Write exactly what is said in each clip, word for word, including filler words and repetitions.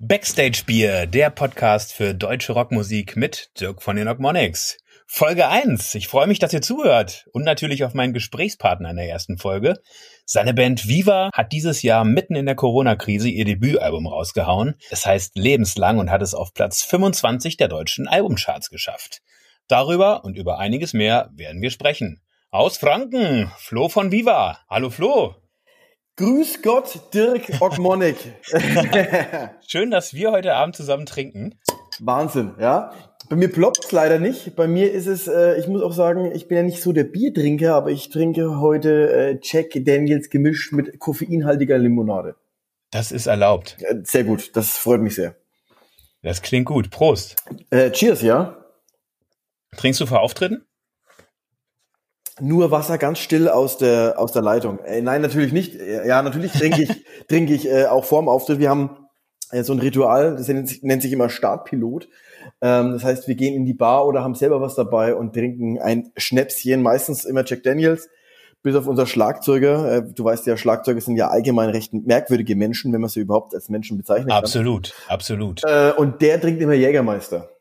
Backstage Bier, der Podcast für deutsche Rockmusik mit Dirk von den Ogmonics. Folge eins. Ich freue mich, dass ihr zuhört und natürlich auf meinen Gesprächspartner in der ersten Folge. Seine Band Viva hat dieses Jahr mitten in der Corona-Krise ihr Debütalbum rausgehauen. Es heißt Lebenslang und hat es auf Platz fünfundzwanzig der deutschen Albumcharts geschafft. Darüber und über einiges mehr werden wir sprechen. Aus Franken, Flo von Viva. Hallo Flo. Grüß Gott, Dirk Ogmonic. Schön, dass wir heute Abend zusammen trinken. Wahnsinn, ja. Bei mir ploppt's leider nicht. Bei mir ist es, äh, ich muss auch sagen, ich bin ja nicht so der Biertrinker, aber ich trinke heute äh, Jack Daniels gemischt mit koffeinhaltiger Limonade. Das ist erlaubt. Äh, sehr gut, das freut mich sehr. Das klingt gut. Prost. Äh, cheers, ja. Trinkst du vor Auftritten? Nur Wasser ganz still aus der aus der Leitung. Äh, nein, natürlich nicht. Ja, natürlich trinke ich trinke ich äh, auch vorm Auftritt. Wir haben äh, so ein Ritual, das nennt sich, nennt sich immer Startpilot. Ähm, das heißt, wir gehen in die Bar oder haben selber was dabei und trinken ein Schnäpschen, meistens immer Jack Daniels, bis auf unser Schlagzeuger. Äh, du weißt ja, Schlagzeuger sind ja allgemein recht merkwürdige Menschen, wenn man sie überhaupt als Menschen bezeichnen kann. Absolut, absolut. Äh, und der trinkt immer Jägermeister.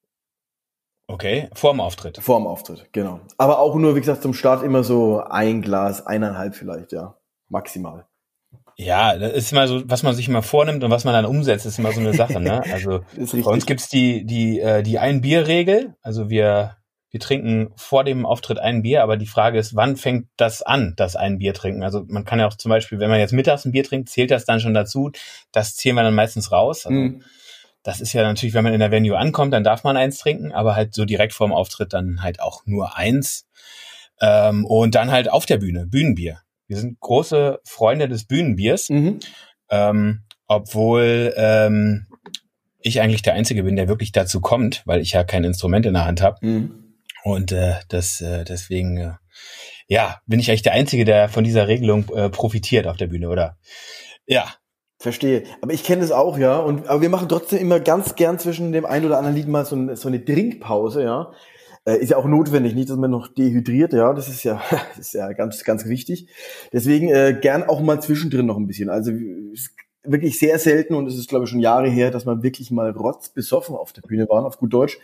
Okay, vorm Auftritt. Vorm Auftritt, genau. Aber auch nur, wie gesagt, zum Start immer so ein Glas, eineinhalb vielleicht, ja, maximal. Ja, das ist immer so, was man sich immer vornimmt und was man dann umsetzt, ist immer so eine Sache, ne? Also bei uns gibt's die die äh, die Ein-Bier-Regel. Also wir wir trinken vor dem Auftritt ein Bier, aber die Frage ist, wann fängt das an, das ein Bier trinken? Also man kann ja auch zum Beispiel, wenn man jetzt mittags ein Bier trinkt, zählt das dann schon dazu. Das zählen wir dann meistens raus. Also mhm. Das ist ja natürlich, wenn man in der Venue ankommt, dann darf man eins trinken, aber halt so direkt vorm Auftritt dann halt auch nur eins. Ähm, und dann halt auf der Bühne, Bühnenbier. Wir sind große Freunde des Bühnenbiers, mhm. ähm, obwohl ähm, ich eigentlich der Einzige bin, der wirklich dazu kommt, weil ich ja kein Instrument in der Hand habe. Mhm. Und äh, das äh, deswegen, äh, ja, bin ich eigentlich der Einzige, der von dieser Regelung äh, profitiert auf der Bühne, oder? Ja. Verstehe. Aber ich kenne das auch, ja. Und aber wir machen trotzdem immer ganz gern zwischen dem einen oder anderen Lied mal so, ein, so eine Trinkpause, ja. Äh, ist ja auch notwendig, nicht, dass man noch dehydriert, ja. Das ist ja, das ist ja ganz, ganz wichtig. Deswegen äh, gern auch mal zwischendrin noch ein bisschen. Also ist wirklich sehr selten und es ist, glaube ich, schon Jahre her, dass wir wirklich mal rotzbesoffen auf der Bühne waren, auf gut Deutsch.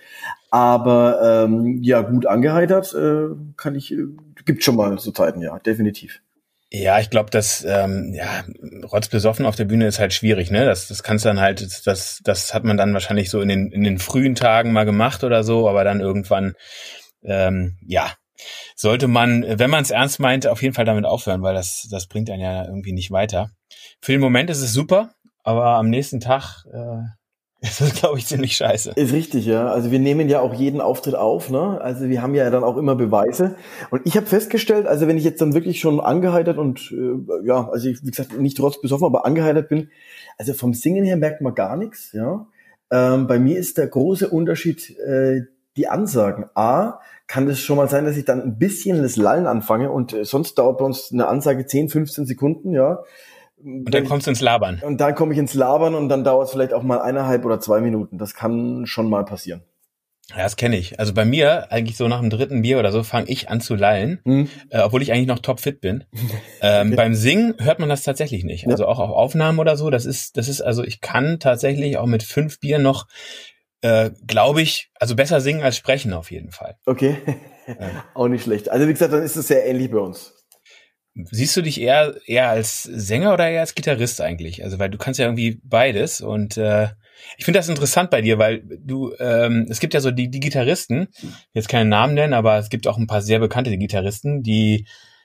Aber ähm, ja, gut angeheitert äh, kann ich, äh, gibt schon mal so Zeiten, ja, definitiv. Ja, ich glaube, dass ähm, ja, rotzbesoffen auf der Bühne ist halt schwierig, ne? Das das kannst dann halt, das das hat man dann wahrscheinlich so in den in den frühen Tagen mal gemacht oder so, aber dann irgendwann ähm, ja, sollte man, wenn man es ernst meint, auf jeden Fall damit aufhören, weil das das bringt einen ja irgendwie nicht weiter. Für den Moment ist es super, aber am nächsten Tag äh, das ist, glaube ich, ziemlich scheiße. Ist richtig, ja. Also wir nehmen ja auch jeden Auftritt auf, ne? Also wir haben ja dann auch immer Beweise. Und ich habe festgestellt, also wenn ich jetzt dann wirklich schon angeheitert und äh, ja, also ich, wie gesagt, nicht trotz besoffen, aber angeheitert bin, also vom Singen her merkt man gar nichts, ja. Ähm, bei mir ist der große Unterschied äh, die Ansagen. A, kann es schon mal sein, dass ich dann ein bisschen das Lallen anfange und äh, sonst dauert bei uns eine Ansage zehn, fünfzehn Sekunden, ja. Und dann kommst du ins Labern. Und dann komme ich ins Labern und dann dauert es vielleicht auch mal eineinhalb oder zwei Minuten. Das kann schon mal passieren. Ja, das kenne ich. Also bei mir, eigentlich so nach dem dritten Bier oder so, fange ich an zu lallen, hm. äh, obwohl ich eigentlich noch topfit bin. ähm, beim Singen hört man das tatsächlich nicht. Ja. Also auch auf Aufnahmen oder so, das ist, das ist, also ich kann tatsächlich auch mit fünf Bier noch, äh, glaube ich, also besser singen als sprechen auf jeden Fall. Okay, ja. Auch nicht schlecht. Also wie gesagt, dann ist es sehr ähnlich bei uns. Siehst du dich eher eher als Sänger oder eher als Gitarrist eigentlich? Also weil du kannst ja irgendwie beides und äh, ich finde das interessant bei dir, weil du ähm, es gibt ja so die die Gitarristen, jetzt keinen Namen nennen, aber es gibt auch ein paar sehr bekannte Gitarristen, die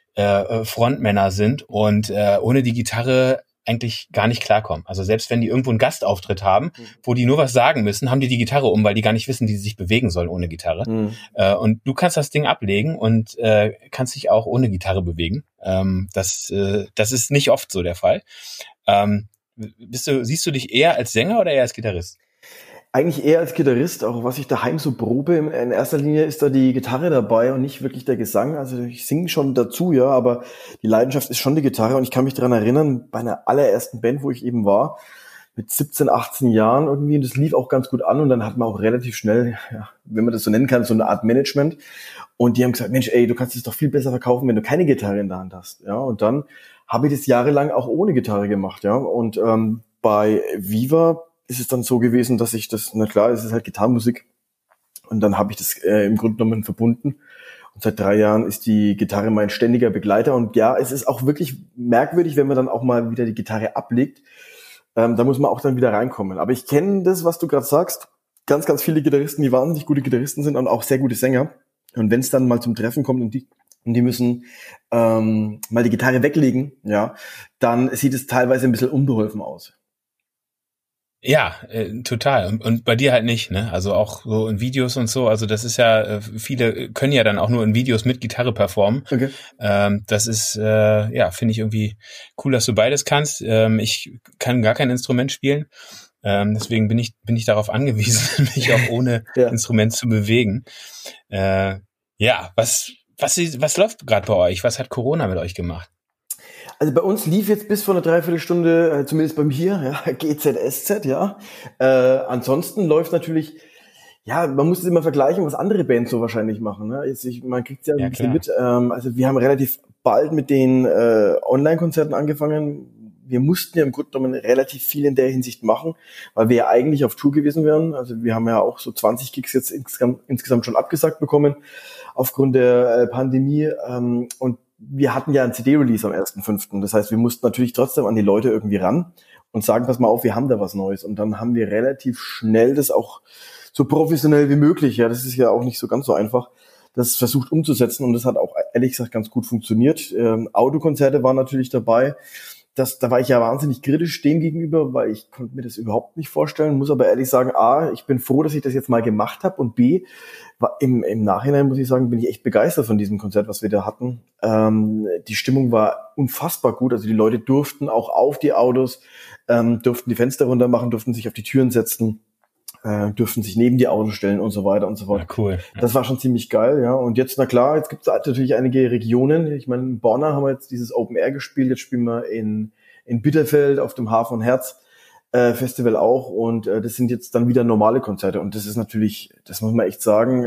äh, Frontmänner sind und äh, ohne die Gitarre eigentlich gar nicht klarkommen. Also selbst wenn die irgendwo einen Gastauftritt haben, wo die nur was sagen müssen, haben die die Gitarre um, weil die gar nicht wissen, wie sie sich bewegen sollen ohne Gitarre. Mhm. Äh, und du kannst das Ding ablegen und äh, kannst dich auch ohne Gitarre bewegen. Ähm, das, äh, das ist nicht oft so der Fall. Ähm, bist du, siehst du dich eher als Sänger oder eher als Gitarrist? Eigentlich eher als Gitarrist, auch was ich daheim so probe. In erster Linie ist da die Gitarre dabei und nicht wirklich der Gesang. Also ich singe schon dazu, ja, aber die Leidenschaft ist schon die Gitarre. Und ich kann mich daran erinnern, bei einer allerersten Band, wo ich eben war, mit siebzehn, achtzehn Jahren irgendwie, und das lief auch ganz gut an. Und dann hat man auch relativ schnell, ja, wenn man das so nennen kann, so eine Art Management. Und die haben gesagt, Mensch, ey, du kannst es doch viel besser verkaufen, wenn du keine Gitarre in der Hand hast. Ja, und dann habe ich das jahrelang auch ohne Gitarre gemacht, ja. Und ähm, bei Viva ist es dann so gewesen, dass ich das, na klar, es ist halt Gitarrenmusik. Und dann habe ich das äh, im Grunde genommen verbunden. Und seit drei Jahren ist die Gitarre mein ständiger Begleiter. Und ja, es ist auch wirklich merkwürdig, wenn man dann auch mal wieder die Gitarre ablegt. Ähm, da muss man auch dann wieder reinkommen. Aber ich kenne das, was du gerade sagst. Ganz, ganz viele Gitarristen, die wahnsinnig gute Gitarristen sind und auch sehr gute Sänger. Und wenn es dann mal zum Treffen kommt und die und die müssen ähm, mal die Gitarre weglegen, ja, dann sieht es teilweise ein bisschen unbeholfen aus. Ja, äh, total. Und, und bei dir halt nicht, ne? Also auch so in Videos und so. Also das ist ja, äh, viele können ja dann auch nur in Videos mit Gitarre performen. Okay. Ähm, das ist, äh, ja, finde ich irgendwie cool, dass du beides kannst. Ähm, ich kann gar kein Instrument spielen. Ähm, deswegen bin ich bin ich darauf angewiesen, mich auch ohne ja. Instrument zu bewegen. Äh, ja, was was was läuft gerade bei euch? Was hat Corona mit euch gemacht? Also bei uns lief jetzt bis vor einer Dreiviertelstunde, äh, zumindest bei mir, ja, G Z S Z, ja. Äh, ansonsten läuft natürlich, ja, man muss es immer vergleichen, was andere Bands so wahrscheinlich machen. Ne? Jetzt, ich, man kriegt ja ein ja, bisschen klar. mit. Ähm, also wir haben relativ bald mit den äh, Online-Konzerten angefangen. Wir mussten ja im Grunde genommen relativ viel in der Hinsicht machen, weil wir ja eigentlich auf Tour gewesen wären. Also wir haben ja auch so zwanzig Gigs jetzt insgesamt, insgesamt schon abgesagt bekommen aufgrund der äh, Pandemie. Ähm, und wir hatten ja ein C D-Release am ersten fünften Das heißt, wir mussten natürlich trotzdem an die Leute irgendwie ran und sagen, pass mal auf, wir haben da was Neues. Und dann haben wir relativ schnell das auch so professionell wie möglich, ja, das ist ja auch nicht so ganz so einfach, das versucht umzusetzen. Und das hat auch ehrlich gesagt ganz gut funktioniert. Ähm, Autokonzerte waren natürlich dabei. Das, da war ich ja wahnsinnig kritisch dem gegenüber, weil ich konnte mir das überhaupt nicht vorstellen, muss aber ehrlich sagen, A, ich bin froh, dass ich das jetzt mal gemacht habe und B, war im, im Nachhinein, muss ich sagen, bin ich echt begeistert von diesem Konzert, was wir da hatten. Ähm, die Stimmung war unfassbar gut, also die Leute durften auch auf die Autos, ähm, durften die Fenster runter machen, durften sich auf die Türen setzen, äh, durften sich neben die Autos stellen und so weiter und so fort. Ja, cool. Ja. Das war schon ziemlich geil, ja. Und jetzt, na klar, jetzt gibt es natürlich einige Regionen. Ich meine, in Borna haben wir jetzt dieses Open Air gespielt. Jetzt spielen wir in in Bitterfeld auf dem Haar von Herz äh, Festival auch. Und äh, das sind jetzt dann wieder normale Konzerte. Und das ist natürlich, das muss man echt sagen,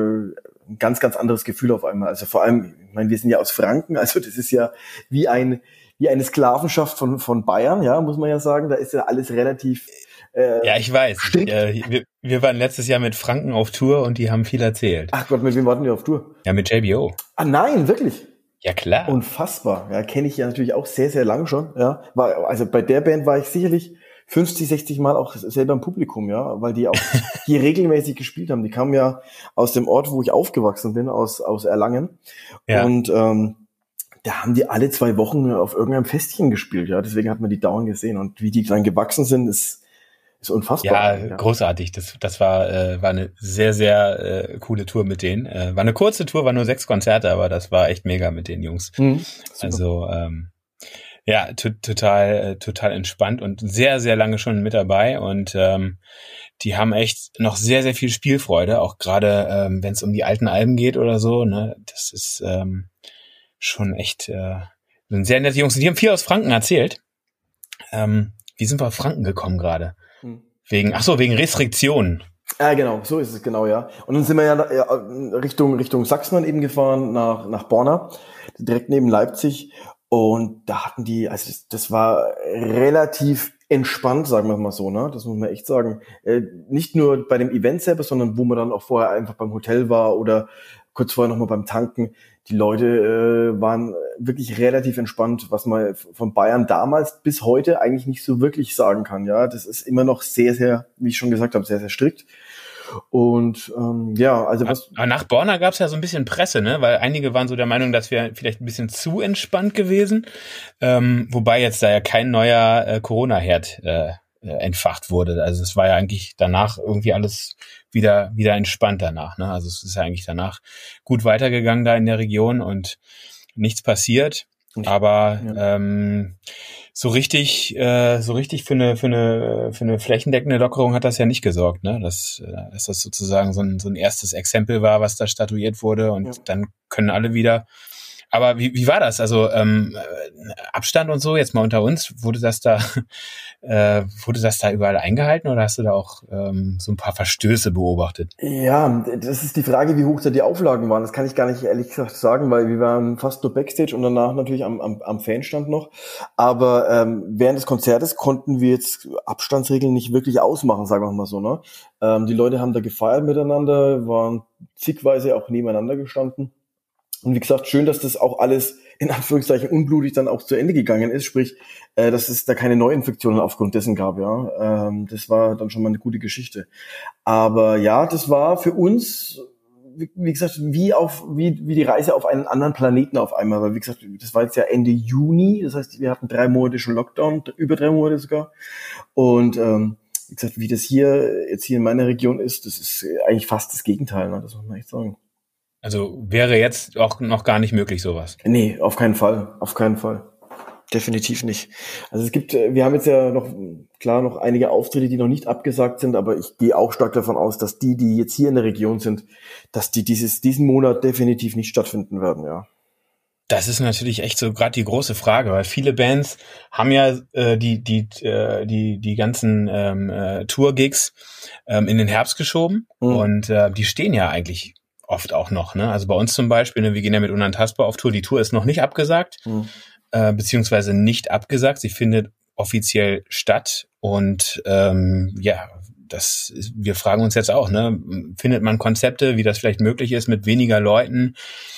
äh, ein ganz, ganz anderes Gefühl auf einmal. Also vor allem, ich meine, wir sind ja aus Franken. Also das ist ja wie ein wie eine Sklavenschaft von von Bayern, ja, muss man ja sagen. Da ist ja alles relativ Äh, ja, ich weiß. Ich, äh, wir, wir waren letztes Jahr mit Franken auf Tour und die haben viel erzählt. Ach Gott, mit wem warten wir auf Tour? Ja, mit J B O. Ah nein, wirklich? Ja, klar. Unfassbar. Ja, kenne ich ja natürlich auch sehr, sehr lang schon. Ja, war, also bei der Band war ich sicherlich fünfzig, sechzig Mal auch selber im Publikum, ja, weil die auch hier regelmäßig gespielt haben. Die kamen ja aus dem Ort, wo ich aufgewachsen bin, aus aus Erlangen. Ja. Und ähm, da haben die alle zwei Wochen auf irgendeinem Festchen gespielt, ja. Deswegen hat man die dauernd gesehen. Und wie die dann gewachsen sind, ist ist unfassbar. Ja, ja, großartig. Das, das war, äh, war eine sehr, sehr äh, coole Tour mit denen. Äh, war eine kurze Tour, war nur sechs Konzerte, aber das war echt mega mit den Jungs. Mhm, also ähm, ja, t- total, äh, total entspannt und sehr, sehr lange schon mit dabei. Und ähm, die haben echt noch sehr, sehr viel Spielfreude, auch gerade ähm, wenn es um die alten Alben geht oder so. Ne, das ist ähm, schon echt äh, sind sehr nette Jungs. Und die haben viel aus Franken erzählt. Ähm, wie sind wir auf Franken gekommen gerade? Wegen, ach so, wegen Restriktionen. Ja, genau, so ist es genau, ja. Und dann sind wir ja Richtung Richtung Sachsen dann eben gefahren, nach nach Borna, direkt neben Leipzig. Und da hatten die, also das, das war relativ entspannt, sagen wir mal so, ne? Das muss man echt sagen. Äh, nicht nur bei dem Event selber, sondern wo man dann auch vorher einfach beim Hotel war oder kurz vorher nochmal beim Tanken. Die Leute äh, waren wirklich relativ entspannt, was man von Bayern damals bis heute eigentlich nicht so wirklich sagen kann. Ja, das ist immer noch sehr, sehr, wie ich schon gesagt habe, sehr, sehr strikt. Und ähm, ja, also was. Aber nach Borna gab es ja so ein bisschen Presse, ne? Weil einige waren so der Meinung, dass wir vielleicht ein bisschen zu entspannt gewesen, ähm, wobei jetzt da ja kein neuer äh, Corona-Herd äh, entfacht wurde. Also es war ja eigentlich danach irgendwie alles wieder wieder entspannt danach. Ne? Also es ist ja eigentlich danach gut weitergegangen da in der Region und nichts passiert. Aber ja. ähm, so richtig, äh, so richtig für eine für eine für eine flächendeckende Lockerung hat das ja nicht gesorgt, ne? Dass, dass das sozusagen so ein so ein erstes Exempel war, was da statuiert wurde und ja. dann können alle wieder. aber wie, wie war das? Also ähm, Abstand und so, jetzt mal unter uns, wurde das da äh, wurde das da überall eingehalten oder hast du da auch ähm, so ein paar Verstöße beobachtet? Ja, das ist die Frage, wie hoch da die Auflagen waren. Das kann ich gar nicht ehrlich gesagt sagen, weil wir waren fast nur Backstage und danach natürlich am, am, am Fanstand noch. Aber ähm, während des Konzertes konnten wir jetzt Abstandsregeln nicht wirklich ausmachen, sagen wir mal so. Ne? Ähm, die Leute haben da gefeiert miteinander, waren zigweise auch nebeneinander gestanden. Und wie gesagt, schön, dass das auch alles in Anführungszeichen unblutig dann auch zu Ende gegangen ist, sprich, äh, dass es da keine Neuinfektionen aufgrund dessen gab, ja. Ähm, das war dann schon mal eine gute Geschichte. Aber ja, das war für uns, wie, wie gesagt, wie auf wie wie die Reise auf einen anderen Planeten auf einmal. Weil wie gesagt, das war jetzt ja Ende Juni, das heißt, wir hatten drei Monate schon Lockdown, über drei Monate sogar. Und ähm, wie gesagt, wie das hier jetzt hier in meiner Region ist, das ist eigentlich fast das Gegenteil, ne? Das muss man echt sagen. Also wäre jetzt auch noch gar nicht möglich, sowas? Nee, auf keinen Fall. Auf keinen Fall. Definitiv nicht. Also es gibt, wir haben jetzt ja noch, klar, noch einige Auftritte, die noch nicht abgesagt sind, aber ich gehe auch stark davon aus, dass die, die jetzt hier in der Region sind, dass die dieses, diesen Monat definitiv nicht stattfinden werden, ja. Das ist natürlich echt so gerade die große Frage, weil viele Bands haben ja äh, die die äh, die die ganzen ähm, äh, Tour-Gigs ähm, in den Herbst geschoben mhm. und äh, die stehen ja eigentlich oft auch noch, ne? Also bei uns zum Beispiel, ne, wir gehen ja mit Unantastbar auf Tour. Die Tour ist noch nicht abgesagt, mhm. äh, beziehungsweise nicht abgesagt. Sie findet offiziell statt und ähm, ja, das ist, wir fragen uns jetzt auch, ne? Findet man Konzepte, wie das vielleicht möglich ist mit weniger Leuten?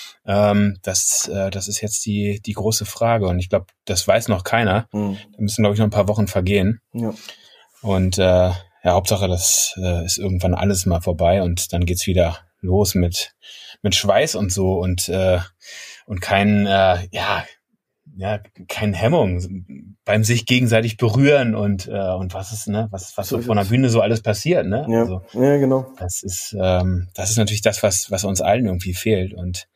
Ähm, das, äh, das ist jetzt die die große Frage und ich glaube, das weiß noch keiner. Mhm. Da müssen, glaube ich, noch ein paar Wochen vergehen. Ja. Und äh, ja, Hauptsache, das äh, ist irgendwann alles mal vorbei und dann geht's wieder los mit mit Schweiß und so und äh, und kein äh, ja ja kein Hemmung beim sich gegenseitig berühren und äh, und was ist ne was was so, so von der Bühne so alles passiert, ne? Ja, also, ja genau. Das ist ähm, das ist natürlich das, was was uns allen irgendwie fehlt und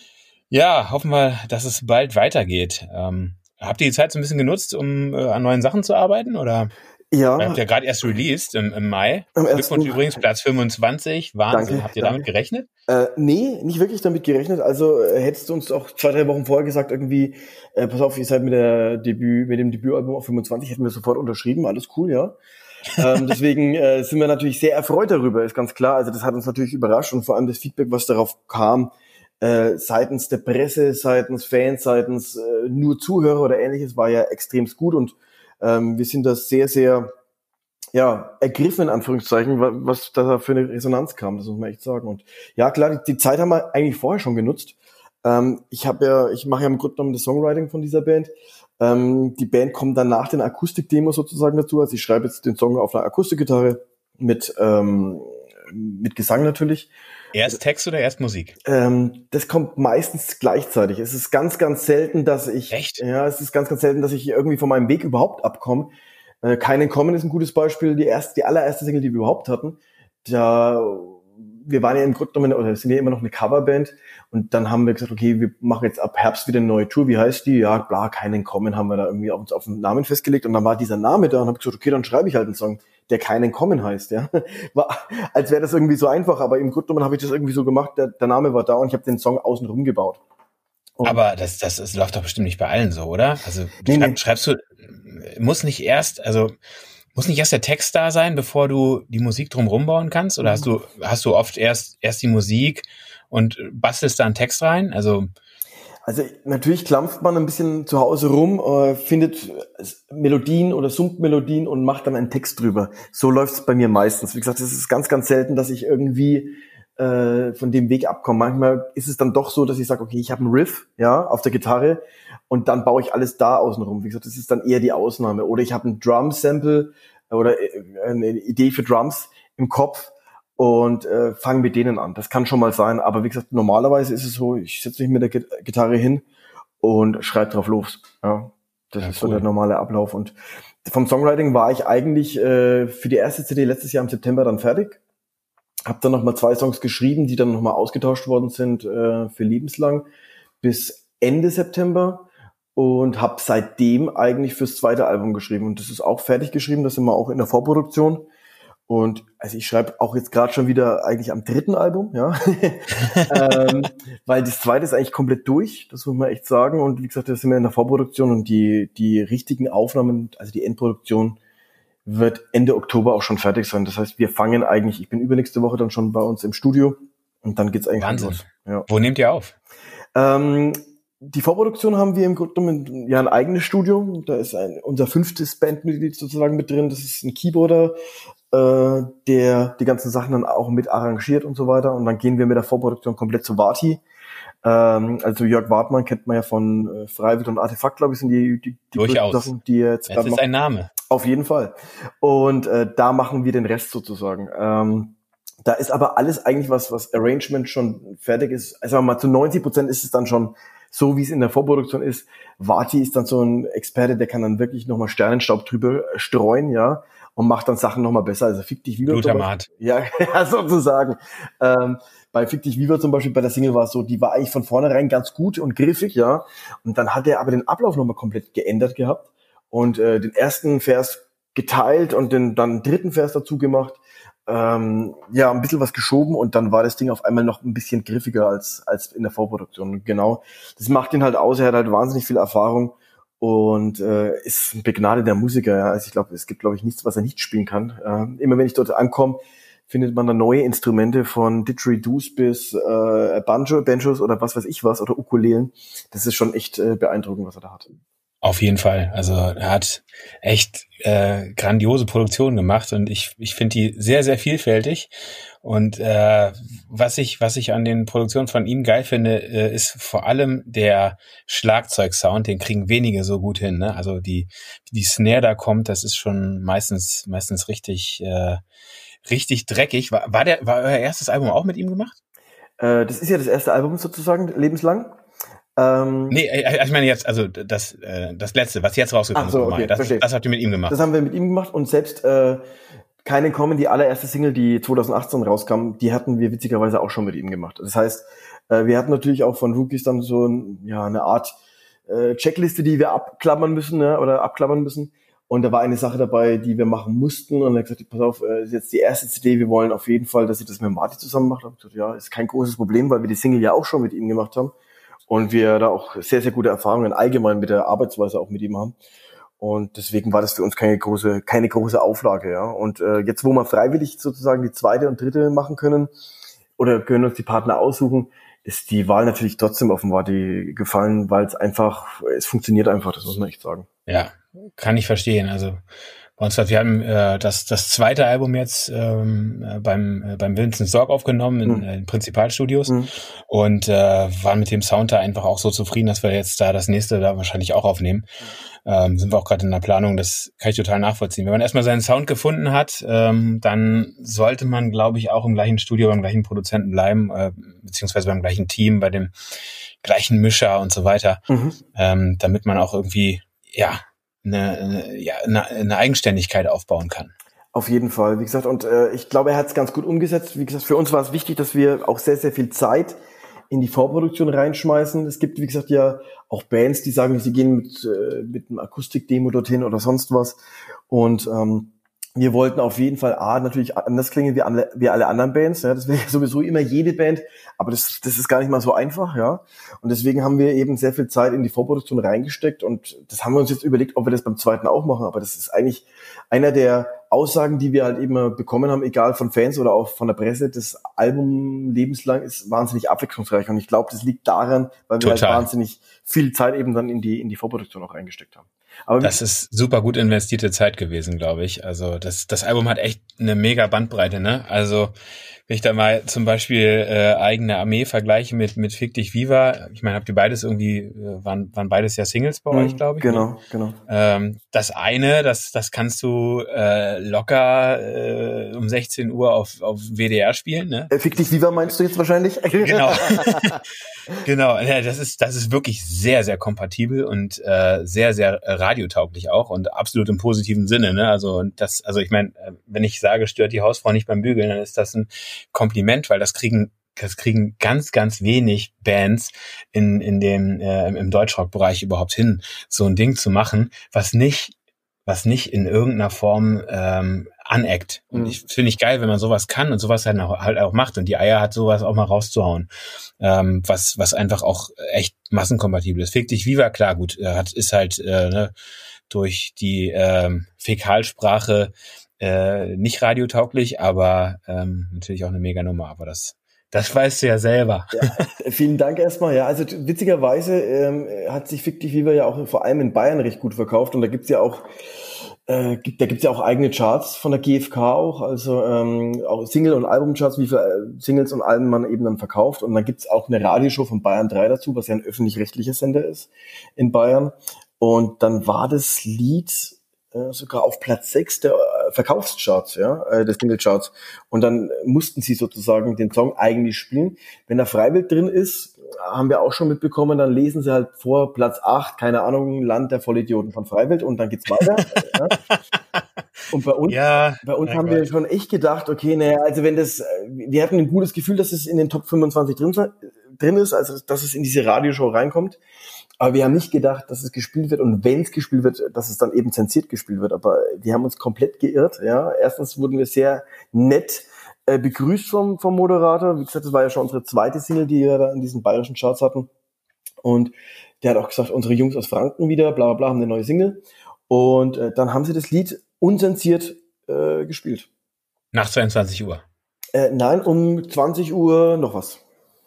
ja, hoffen wir, dass es bald weitergeht. Ähm, habt ihr die Zeit so ein bisschen genutzt, um äh, an neuen Sachen zu arbeiten oder? Ja. Ihr habt ja gerade erst released im, im Mai. Glückwunsch übrigens, Platz fünfundzwanzig. Wahnsinn. Danke, habt ihr danke. damit gerechnet? Äh, nee, nicht wirklich damit gerechnet. Also äh, hättest du uns auch zwei, drei Wochen vorher gesagt, irgendwie, äh, pass auf, ihr seid mit der Debüt, mit dem Debütalbum auf fünfundzwanzig, hätten wir sofort unterschrieben. Alles cool, ja. ähm, deswegen äh, sind wir natürlich sehr erfreut darüber, ist ganz klar. Also das hat uns natürlich überrascht und vor allem das Feedback, was darauf kam, äh, seitens der Presse, seitens Fans, seitens äh, nur Zuhörer oder ähnliches, war ja extremst gut und ähm, wir sind da sehr, sehr ja, ergriffen, in Anführungszeichen, was da für eine Resonanz kam, das muss man echt sagen. Und ja, klar, die, die Zeit haben wir eigentlich vorher schon genutzt. Ähm, ich habe ja, ich mache ja im Grunde genommen das Songwriting von dieser Band. Ähm, die Band kommt dann nach den Akustikdemos sozusagen dazu. Also ich schreibe jetzt den Song auf einer Akustikgitarre mit, ähm, mit Gesang natürlich. Erst Text oder erst Musik? Ähm, das kommt meistens gleichzeitig. Es ist ganz, ganz selten, dass ich, Echt? ja, es ist ganz, ganz selten, dass ich irgendwie von meinem Weg überhaupt abkomme. Keinen Kommen ist ein gutes Beispiel. Die erste, die allererste Single, die wir überhaupt hatten, da, wir waren ja im Grunde genommen, oder sind ja immer noch eine Coverband. Und dann haben wir gesagt, okay, wir machen jetzt ab Herbst wieder eine neue Tour. Wie heißt die? Ja, bla, Keinen Kommen, haben wir da irgendwie auf uns auf einen Namen festgelegt. Und dann war dieser Name da und habe gesagt, okay, dann schreibe ich halt einen Song, der Keinen Kommen heißt, ja. War, als wäre das irgendwie so einfach, aber im Grunde genommen habe ich das irgendwie so gemacht. Der, der Name war da und ich habe den Song außenrum gebaut. Und aber das, das, das läuft doch bestimmt nicht bei allen so, oder? Also nee, schreib, nee. schreibst du, muss nicht erst, also muss nicht erst der Text da sein, bevor du die Musik drumherum bauen kannst? Oder hast du, hast du oft erst erst die Musik und bastelst da einen Text rein? Also Also natürlich klampft man ein bisschen zu Hause rum, äh, findet Melodien oder summt Melodien und macht dann einen Text drüber. So läuft's bei mir meistens. Wie gesagt, es ist ganz, ganz selten, dass ich irgendwie äh, von dem Weg abkomme. Manchmal ist es dann doch so, dass ich sage, okay, ich habe einen Riff, ja, auf der Gitarre und dann baue ich alles da außenrum. Wie gesagt, das ist dann eher die Ausnahme. Oder ich habe ein Drum-Sample oder eine Idee für Drums im Kopf und äh, fange mit denen an. Das kann schon mal sein, aber wie gesagt, normalerweise ist es so, ich setze mich mit der Gitarre hin und schreibe drauf los. Ja, das ja, ist cool. So der normale Ablauf. Und vom Songwriting war ich eigentlich äh, für die erste C D letztes Jahr im September dann fertig. Hab dann nochmal zwei Songs geschrieben, die dann nochmal ausgetauscht worden sind äh, für lebenslang bis Ende September und habe seitdem eigentlich fürs zweite Album geschrieben. Und das ist auch fertig geschrieben, das sind wir auch in der Vorproduktion. Und also ich schreibe auch jetzt gerade schon wieder eigentlich am dritten Album, ja, ähm, weil das zweite ist eigentlich komplett durch, das muss man echt sagen. Und wie gesagt, da sind wir in der Vorproduktion und die die richtigen Aufnahmen, also die Endproduktion, wird Ende Oktober auch schon fertig sein. Das heißt, wir fangen eigentlich, ich bin übernächste Woche dann schon bei uns im Studio und dann geht's eigentlich Wahnsinn. los. Ja. Wo nehmt ihr auf? Ähm, die Vorproduktion haben wir im Grunde genommen ja ein eigenes Studio. Da ist ein, unser fünftes Bandmitglied sozusagen mit drin. Das ist ein Keyboarder, äh, der die ganzen Sachen dann auch mit arrangiert und so weiter. Und dann gehen wir mit der Vorproduktion komplett zu Vati. Ähm, also Jörg Wartmann kennt man ja von äh, Freiwild und Artefakt, glaube ich, sind die, die, die Durchaus. Sachen, die jetzt das ist macht. ein Name. Auf jeden Fall. Und äh, da machen wir den Rest sozusagen. Ähm, da ist aber alles eigentlich was, was Arrangement schon fertig ist. Also mal zu neunzig Prozent ist es dann schon so, wie es in der Vorproduktion ist. Vati ist dann so ein Experte, der kann dann wirklich nochmal Sternenstaub drüber streuen, ja, und macht dann Sachen nochmal besser. Also Fick dich Viva. Glutamat. Ja, ja, sozusagen. Ähm, bei Fick dich Viva zum Beispiel, bei der Single war es so, die war eigentlich von vornherein ganz gut und griffig, ja. Und dann hat er aber den Ablauf nochmal komplett geändert gehabt und äh, den ersten Vers geteilt und den dann dritten Vers dazu gemacht. Ähm, ja, ein bisschen was geschoben und dann war das Ding auf einmal noch ein bisschen griffiger als als in der Vorproduktion. Und genau, das macht ihn halt aus. Er hat halt wahnsinnig viel Erfahrung und äh, ist ein begnadeter Musiker. Ja. Also ich glaube, es gibt, glaube ich, nichts, was er nicht spielen kann. Äh, immer wenn ich dort ankomme, findet man da neue Instrumente von Didgeridoos bis äh, Banjo, Banjos oder was weiß ich was oder Ukulelen. Das ist schon echt äh, beeindruckend, was er da hat. Auf jeden Fall. Also er hat echt äh, grandiose Produktionen gemacht und ich ich finde die sehr, sehr vielfältig. Und äh, was ich was ich an den Produktionen von ihm geil finde, äh, ist vor allem der Schlagzeugsound. Den kriegen wenige so gut hin. Ne? Also die die Snare da kommt, das ist schon meistens meistens richtig äh, richtig dreckig. War, war der war euer erstes Album auch mit ihm gemacht? Äh, das ist ja das erste Album sozusagen lebenslang. Ähm, nee, ich meine jetzt, also das äh, das letzte, was jetzt rausgekommen so, ist, okay, das, das habt ihr mit ihm gemacht. Das haben wir mit ihm gemacht und selbst äh, Keine kommen, die allererste Single, die zwanzig achtzehn rauskam, die hatten wir witzigerweise auch schon mit ihm gemacht. Das heißt, äh, wir hatten natürlich auch von Rookies dann so ein, ja eine Art äh, Checkliste, die wir abklappern müssen, ne, oder abklappern müssen. Und da war eine Sache dabei, die wir machen mussten. Und er hat gesagt, pass auf, äh, das ist jetzt die erste C D, wir wollen auf jeden Fall, dass ich das mit Marty zusammen mache. Ich habe gesagt, ja, ist kein großes Problem, weil wir die Single ja auch schon mit ihm gemacht haben. Und wir da auch sehr, sehr gute Erfahrungen allgemein mit der Arbeitsweise auch mit ihm haben. Und deswegen war das für uns keine große, keine große Auflage, ja. Und äh, jetzt, wo wir freiwillig sozusagen die zweite und dritte machen können oder können uns die Partner aussuchen, ist die Wahl natürlich trotzdem auf den Vati gefallen, weil es einfach, es funktioniert einfach, das muss man echt sagen. Ja, kann ich verstehen. Also bei uns, wir haben äh, das das zweite Album jetzt ähm, beim äh, beim Vincent Sorg aufgenommen in, mhm. äh, in Prinzipalstudios mhm. und äh, waren mit dem Sound da einfach auch so zufrieden, dass wir jetzt da das nächste da wahrscheinlich auch aufnehmen. Ähm, sind wir auch gerade in der Planung, das kann ich total nachvollziehen. Wenn man erstmal seinen Sound gefunden hat, ähm, dann sollte man, glaube ich, auch im gleichen Studio, beim gleichen Produzenten bleiben, äh, beziehungsweise beim gleichen Team, bei dem gleichen Mischer und so weiter, mhm. ähm, damit man auch irgendwie, ja, eine, eine, ja, eine, eine Eigenständigkeit aufbauen kann. Auf jeden Fall, wie gesagt, und äh, ich glaube, er hat es ganz gut umgesetzt. Wie gesagt, für uns war es wichtig, dass wir auch sehr, sehr viel Zeit in die Vorproduktion reinschmeißen. Es gibt, wie gesagt, ja auch Bands, die sagen, sie gehen mit äh, mit einem Akustikdemo dorthin oder sonst was. Und ähm, wir wollten auf jeden Fall A, natürlich anders klingen wie alle, wie alle anderen Bands. Ja, das wäre sowieso immer jede Band, aber das, das ist gar nicht mal so einfach, ja. Und deswegen haben wir eben sehr viel Zeit in die Vorproduktion reingesteckt und das haben wir uns jetzt überlegt, ob wir das beim zweiten auch machen. Aber das ist eigentlich einer der Aussagen, die wir halt eben bekommen haben, egal von Fans oder auch von der Presse. Das Album lebenslang ist wahnsinnig abwechslungsreich und ich glaube, das liegt daran, weil wir Total. halt wahnsinnig viel Zeit eben dann in die in die Vorproduktion auch reingesteckt haben. Aber das ist super gut investierte Zeit gewesen, glaube ich. Also das das Album hat echt eine mega Bandbreite, ne? Also wenn ich da mal zum Beispiel äh, eigene Armee vergleiche mit mit Fick dich Viva, ich meine, habt ihr beides irgendwie, äh, waren waren beides ja Singles bei mhm, euch, glaube ich. Genau, ne? genau. Ähm, das eine, das das kannst du äh, locker äh, um sechzehn Uhr auf auf W D R spielen, ne? Äh, Fick dich Viva meinst du jetzt wahrscheinlich? Genau. Genau, ja, das ist das ist wirklich sehr sehr kompatibel und äh, sehr sehr äh, radiotauglich auch und absolut im positiven Sinne, ne? Also das also ich meine, wenn ich sage, stört die Hausfrau nicht beim Bügeln, dann ist das ein Kompliment, weil das kriegen das kriegen ganz ganz wenig Bands in in dem äh, im Deutschrock-Bereich überhaupt hin, so ein Ding zu machen, was nicht was nicht in irgendeiner Form ähm, aneckt. Und mhm. ich finde ich geil, wenn man sowas kann und sowas halt auch, halt auch macht und die Eier hat, sowas auch mal rauszuhauen, ähm, was was einfach auch echt massenkompatibel ist. Fick dich Viva, klar, gut, hat ist halt äh, ne, durch die ähm, Fäkalsprache äh, nicht radiotauglich, aber ähm, natürlich auch eine Mega-Nummer, aber das Das weißt du ja selber. Ja, vielen Dank erstmal. Ja, also witzigerweise ähm, hat sich Fick dich Viva ja auch vor allem in Bayern recht gut verkauft und da gibt's ja auch äh, gibt, da gibt's ja auch eigene Charts von der G F K auch, also ähm, auch Single- und Albumcharts, wie viele Singles und Alben man eben dann verkauft und dann gibt's auch eine Radioshow von Bayern drei dazu, was ja ein öffentlich-rechtlicher Sender ist in Bayern und dann war das Lied sogar auf Platz sechs der Verkaufscharts, ja, äh, des Singlecharts. Und dann mussten sie sozusagen den Song eigentlich spielen. Wenn er freiwillig drin ist, haben wir auch schon mitbekommen, dann lesen sie halt vor Platz acht, keine Ahnung, Land der Vollidioten von Freiwild und dann geht's weiter. Ja. Und bei uns, ja, bei uns haben Gott. wir schon echt gedacht, okay, naja, also wenn das, wir hatten ein gutes Gefühl, dass es in den Top fünfundzwanzig drin, drin ist, also dass es in diese Radioshow reinkommt. Aber wir haben nicht gedacht, dass es gespielt wird und wenn es gespielt wird, dass es dann eben zensiert gespielt wird. Aber die haben uns komplett geirrt. Ja, erstens wurden wir sehr nett äh, begrüßt vom vom Moderator. Wie gesagt, das war ja schon unsere zweite Single, die wir da in diesen bayerischen Charts hatten. Und der hat auch gesagt, unsere Jungs aus Franken wieder, bla bla bla, haben eine neue Single. Und äh, dann haben sie das Lied unzensiert äh, gespielt. Nach zweiundzwanzig Uhr? Äh, nein, um zwanzig Uhr noch was.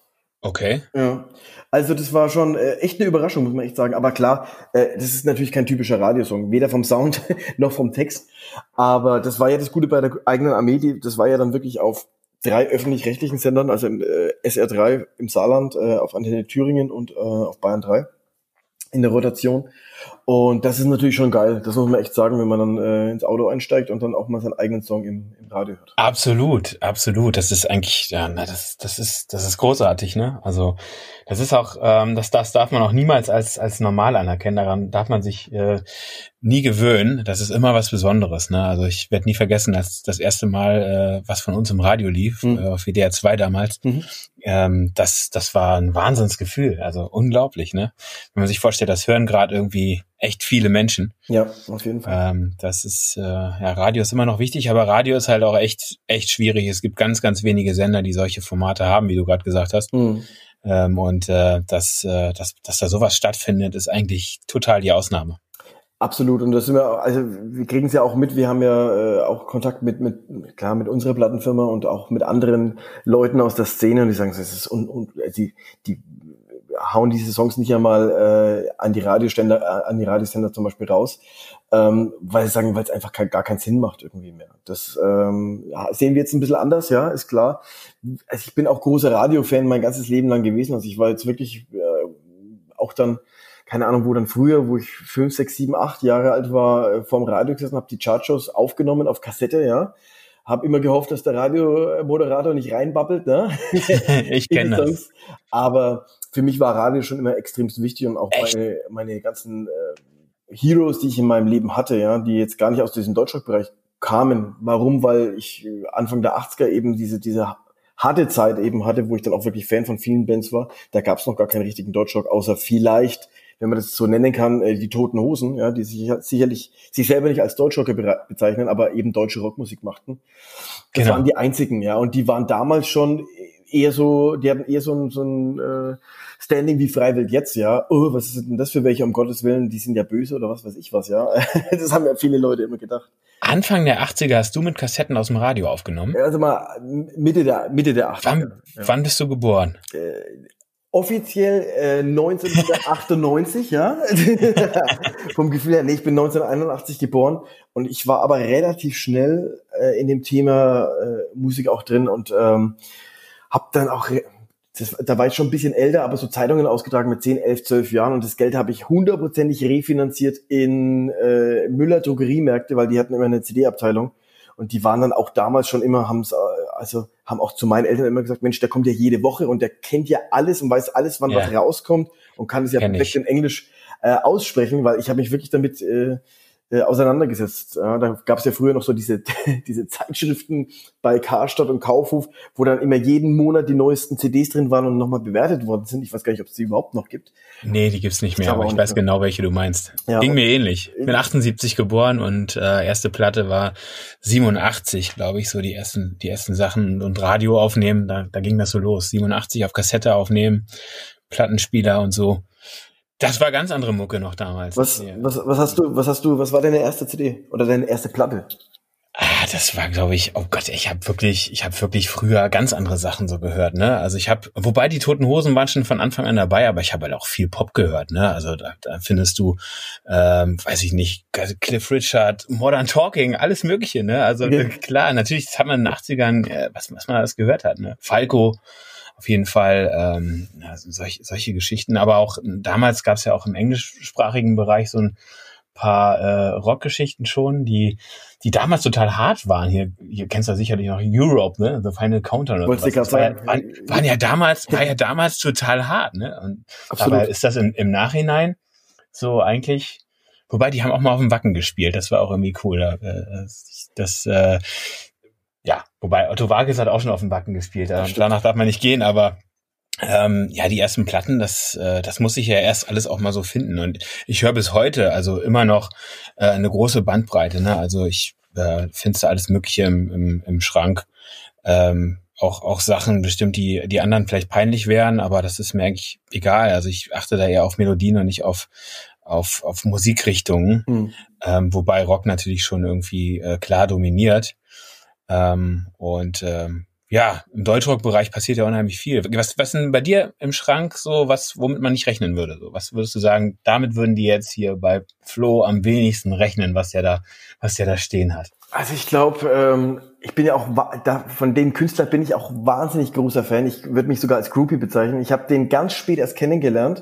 Okay. Ja, also das war schon äh, echt eine Überraschung, muss man echt sagen. Aber klar, äh, das ist natürlich kein typischer Radiosong, weder vom Sound noch vom Text. Aber das war ja das Gute bei der eigenen Armee, die, das war ja dann wirklich auf drei öffentlich-rechtlichen Sendern, also im äh, S R drei im Saarland, äh, auf Antenne Thüringen und äh, auf Bayern drei in der Rotation. Und das ist natürlich schon geil, das muss man echt sagen, wenn man dann äh, ins Auto einsteigt und dann auch mal seinen eigenen Song im, im Radio hört. Absolut, absolut. Das ist eigentlich, ja, na, das, das ist, das ist großartig, ne? Also das ist auch, ähm, das, das darf man auch niemals als als normal anerkennen. Daran darf man sich äh, nie gewöhnen. Das ist immer was Besonderes, ne? Also ich werde nie vergessen, als das erste Mal äh, was von uns im Radio lief, mhm. äh, auf W D R zwei damals. Mhm. Ähm, das, das war ein Wahnsinnsgefühl. Also unglaublich, ne? Wenn man sich vorstellt, das hören gerade irgendwie echt viele Menschen. Ja, auf jeden Fall. Ähm, das ist, äh, ja, Radio ist immer noch wichtig, aber Radio ist halt auch echt, echt schwierig. Es gibt ganz, ganz wenige Sender, die solche Formate haben, wie du gerade gesagt hast. Mhm. Ähm, und äh, dass, äh, dass, dass da sowas stattfindet, ist eigentlich total die Ausnahme. Absolut. Und das sind wir, also wir kriegen es ja auch mit, wir haben ja äh, auch Kontakt mit, mit, klar, mit unserer Plattenfirma und auch mit anderen Leuten aus der Szene und die sagen, es ist un, un, die, die hauen diese Songs nicht einmal äh, an die Radioständer, äh, an die Radiosender zum Beispiel raus, ähm, weil sie sagen, weil es einfach kein, gar keinen Sinn macht irgendwie mehr. Das ähm, ja, sehen wir jetzt ein bisschen anders, ja, ist klar. Also ich bin auch großer Radiofan mein ganzes Leben lang gewesen. Also ich war jetzt wirklich äh, auch dann, keine Ahnung, wo dann früher, wo ich fünf, sechs, sieben, acht Jahre alt war, äh, vorm Radio gesessen, habe die Chartshows aufgenommen auf Kassette, ja. Hab immer gehofft, dass der Radiomoderator nicht reinbabbelt, ne? Ich kenne das. Aber für mich war Radio schon immer extremst wichtig und auch Echt? meine meine ganzen äh, Heroes, die ich in meinem Leben hatte, ja, die jetzt gar nicht aus diesem Deutschrock-Bereich kamen. Warum? Weil ich Anfang der achtziger eben diese diese harte Zeit eben hatte, wo ich dann auch wirklich Fan von vielen Bands war. Da gab es noch gar keinen richtigen Deutschrock, außer vielleicht, wenn man das so nennen kann, die Toten Hosen, ja, die sich sicherlich sich selber nicht als Deutschrocker bezeichnen, aber eben deutsche Rockmusik machten. Das genau. waren die einzigen, ja, und die waren damals schon eher so, die hatten eher so ein, so ein äh, Standing wie Freiwild jetzt, ja. Oh, was ist denn das für welche, um Gottes Willen, die sind ja böse oder was weiß ich was, ja. Das haben ja viele Leute immer gedacht. Anfang der achtziger hast du mit Kassetten aus dem Radio aufgenommen? Also mal Mitte der Mitte der achtziger. Wann, ja. wann bist du geboren? Äh, Offiziell äh, neunzehnhundertachtundneunzig, ja. Vom Gefühl her, nee, ich bin neunzehnhunderteinundachtzig geboren und ich war aber relativ schnell äh, in dem Thema äh, Musik auch drin und ähm, hab dann auch, das, da war ich schon ein bisschen älter, aber so Zeitungen ausgetragen mit zehn, elf, zwölf Jahren und das Geld habe ich hundertprozentig refinanziert in äh, Müller Drogeriemärkte, weil die hatten immer eine C D-Abteilung. Und die waren dann auch damals schon immer, haben's, also haben auch zu meinen Eltern immer gesagt, Mensch, der kommt ja jede Woche und der kennt ja alles und weiß alles, wann ja. was rauskommt und kann es ja perfekt in Englisch äh, aussprechen, weil ich habe mich wirklich damit äh, äh, auseinandergesetzt. Ja, da gab es ja früher noch so diese diese Zeitschriften bei Karstadt und Kaufhof, wo dann immer jeden Monat die neuesten C Ds drin waren und nochmal bewertet worden sind. Ich weiß gar nicht, ob es die überhaupt noch gibt. Nee, die gibt's nicht mehr, aber ich weiß mehr. genau, welche du meinst. Ja, ging mir ähnlich. Ich bin achtundsiebzig geboren und äh, erste Platte war siebenundachtzig, glaube ich, so die ersten die ersten Sachen und Radio aufnehmen, da, da ging das so los. siebenundachtzig auf Kassette aufnehmen, Plattenspieler und so. Das war ganz andere Mucke noch damals. Was, ja. was, was hast du, was hast du, was war deine erste C D oder deine erste Platte? Ah, das war, glaube ich, oh Gott, ich habe wirklich, ich habe wirklich früher ganz andere Sachen so gehört, ne? Also ich habe, wobei die Toten Hosen waren schon von Anfang an dabei, aber ich habe halt auch viel Pop gehört, ne? Also da, da findest du, ähm, weiß ich nicht, Cliff Richard, Modern Talking, alles Mögliche, ne? Also okay. Klar, natürlich, das hat man in den achtzigern, äh, was, was man alles gehört hat, ne? Falco. Auf jeden Fall ähm, ja, solche, solche Geschichten. Aber auch damals gab es ja auch im englischsprachigen Bereich so ein paar äh, Rockgeschichten schon, die die damals total hart waren. Hier, hier kennst du ja sicherlich noch Europe, ne? The Final Countdown. Oder was. Das war ja, waren, waren ja damals, war ja damals total hart, ne? Und dabei ist das im, im Nachhinein so eigentlich. Wobei die haben auch mal auf dem Wacken gespielt. Das war auch irgendwie cool. Das, das äh, Ja, wobei Otto Walkes hat auch schon auf dem Wacken gespielt. Ähm, danach darf man nicht gehen, aber ähm, ja, die ersten Platten, das äh, das muss ich ja erst alles auch mal so finden. Und ich höre bis heute also immer noch äh, eine große Bandbreite. Ne? Also ich äh, finde da alles Mögliche im, im, im Schrank. Ähm, auch auch Sachen bestimmt, die die anderen vielleicht peinlich wären, aber das ist mir eigentlich egal. Also ich achte da eher auf Melodien und nicht auf auf auf Musikrichtungen. Mhm. Ähm, wobei Rock natürlich schon irgendwie äh, klar dominiert. Ähm, und ähm, ja, im Deutschrock-Bereich passiert ja unheimlich viel. Was was denn bei dir im Schrank so, was womit man nicht rechnen würde? So, was würdest du sagen, damit würden die jetzt hier bei Flo am wenigsten rechnen, was der da was der da stehen hat? Also ich glaube, ähm, ich bin ja auch, da, von dem Künstler bin ich auch wahnsinnig großer Fan. Ich würde mich sogar als Groupie bezeichnen. Ich habe den ganz spät erst kennengelernt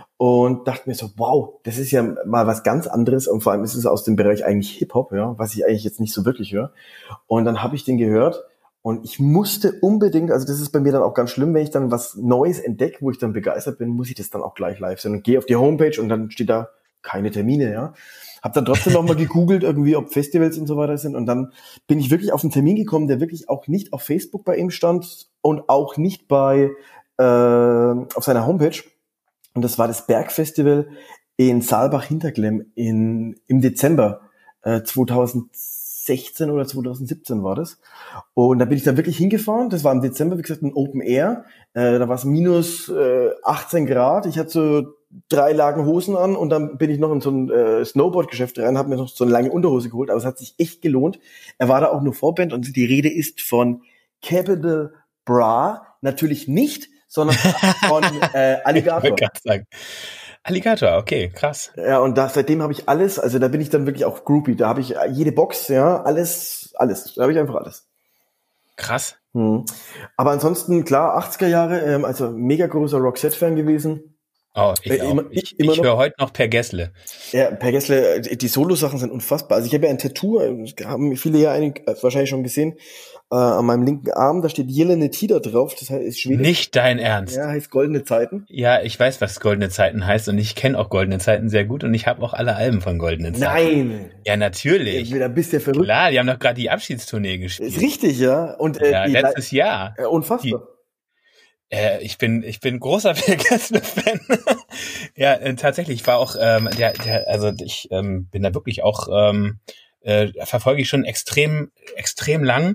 und dachte mir so, wow, das ist ja mal was ganz anderes und vor allem ist es aus dem Bereich eigentlich Hip-Hop, ja, was ich eigentlich jetzt nicht so wirklich höre. Und dann habe ich den gehört und ich musste unbedingt, also das ist bei mir dann auch ganz schlimm, wenn ich dann was Neues entdecke, wo ich dann begeistert bin, muss ich das dann auch gleich live sehen und gehe auf die Homepage und dann steht da keine Termine, ja. Hab dann trotzdem noch mal gegoogelt, irgendwie, ob Festivals und so weiter sind. Und dann bin ich wirklich auf einen Termin gekommen, der wirklich auch nicht auf Facebook bei ihm stand und auch nicht bei äh, auf seiner Homepage. Und das war das Bergfestival in Saalbach-Hinterklemm in im Dezember äh, zweitausendsechzehn oder zweitausendsiebzehn war das. Und da bin ich dann wirklich hingefahren. Das war im Dezember, wie gesagt, ein Open Air. Äh, da war es minus äh, achtzehn Grad. Ich hatte so drei Lagen Hosen an und dann bin ich noch in so ein äh, Snowboard-Geschäft rein, habe mir noch so eine lange Unterhose geholt, aber es hat sich echt gelohnt. Er war da auch nur Vorband und die Rede ist von Capital Bra, natürlich nicht, sondern von äh, Alligator. Ich sagen. Alligator, okay, krass. Ja, und da, seitdem habe ich alles, also da bin ich dann wirklich auch Groupie, da habe ich jede Box, ja, alles, alles, da habe ich einfach alles. Krass. Hm. Aber ansonsten, klar, achtziger Jahre, ähm, also mega großer Roxette-Fan gewesen. Oh, ich äh, auch. Ich, ich, ich höre heute noch Per Gessle. Ja, Per Gessle, die Solo-Sachen sind unfassbar. Also ich habe ja ein Tattoo, haben viele ja einig, wahrscheinlich schon gesehen, äh, an meinem linken Arm, da steht Jelene Tider drauf, das heißt, ist schwedisch. Nicht dein Ernst? Ja, heißt Goldene Zeiten. Ja, ich weiß, was Goldene Zeiten heißt und ich kenne auch Goldene Zeiten sehr gut und ich habe auch alle Alben von Goldenen Zeiten. Nein! Ja, natürlich. Ja, da bist du ja verrückt. Klar, die haben doch gerade die Abschiedstournee gespielt. Ist richtig, ja. Und, äh, ja, die letztes Le- Jahr. Äh, unfassbar. Die, Äh, ich bin ich bin großer Per Gessle-Fan. ja, äh, tatsächlich, ich war auch ähm, der der also ich ähm, bin da wirklich auch ähm, äh, verfolge ich schon extrem extrem lang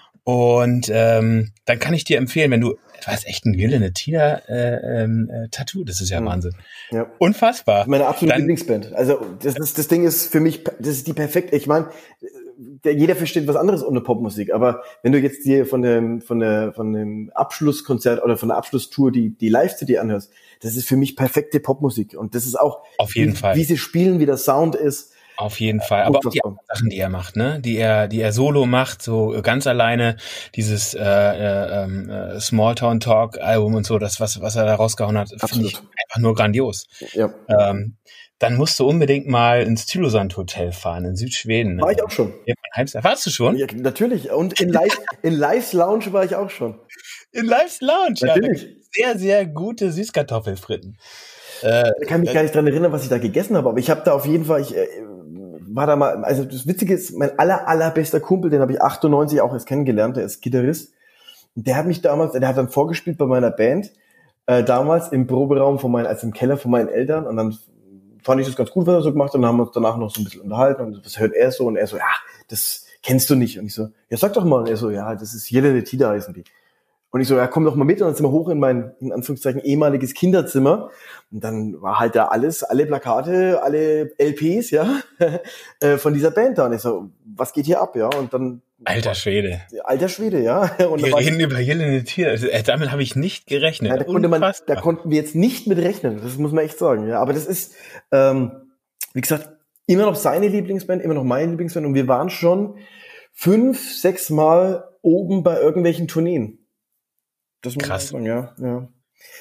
und ähm, dann kann ich dir empfehlen, wenn du du hast echt ein Jelene Tider äh, äh, Tattoo, das ist ja mhm. Wahnsinn. Ja. Unfassbar. Meine absolute dann, Lieblingsband. Also das ist das Ding ist für mich, das ist die perfekte. Ich meine, der, jeder versteht was anderes unter Popmusik, aber wenn du jetzt dir von dem von der von dem Abschlusskonzert oder von der Abschlusstour die die Live-C D anhörst, das ist für mich perfekte Popmusik und das ist auch auf jeden wie, Fall, wie sie spielen, wie der Sound ist. Auf jeden Fall, aber auch die Sachen, die er macht, ne, die er, die er solo macht, so ganz alleine, dieses äh, äh, äh, Small Town Talk Album und so, das was was er da rausgehauen hat, finde ich einfach nur grandios. Ja. Ähm, dann musst du unbedingt mal ins Tylösand Hotel fahren in Südschweden. War ich auch schon. Warst du schon? Ja, natürlich. Und in Live in Live's Lounge war ich auch schon. In Live's Lounge, natürlich. Ja, sehr sehr gute Süßkartoffelfritten. Äh, ich kann mich äh, gar nicht dran erinnern, was ich da gegessen habe, aber ich habe da auf jeden Fall, ich, äh, war da mal, also das Witzige ist, mein aller, allerbester Kumpel, den habe ich achtundneunzig auch erst kennengelernt, der ist Gitarrist. Und der hat mich damals, der hat dann vorgespielt bei meiner Band, äh, damals im Proberaum von meinen, also im Keller von meinen Eltern. Und dann fand ich das ganz gut, was er so gemacht hat. Und dann haben wir uns danach noch so ein bisschen unterhalten. Und was hört er so? Und er so, ja, das kennst du nicht. Und ich so, ja, sag doch mal. Und er so, ja, das ist Jelene Tida heißen die. Und ich so, ja, komm doch mal mit. Und dann sind wir hoch in mein, in Anführungszeichen, ehemaliges Kinderzimmer. Und dann war halt da alles, alle Plakate, alle L Ps, ja, von dieser Band da. Und ich so, was geht hier ab, ja? Und dann... Alter Schwede. Alter Schwede, ja. Und wir reden über Jelene Tida. Also, äh, damit habe ich nicht gerechnet. Ja, da, konnte man, da konnten wir jetzt nicht mit rechnen. Das muss man echt sagen, ja. Aber das ist, ähm, wie gesagt, immer noch seine Lieblingsband, immer noch meine Lieblingsband. Und wir waren schon fünf, sechs Mal oben bei irgendwelchen Tourneen. Das muss Krass. man sagen, ja, ja.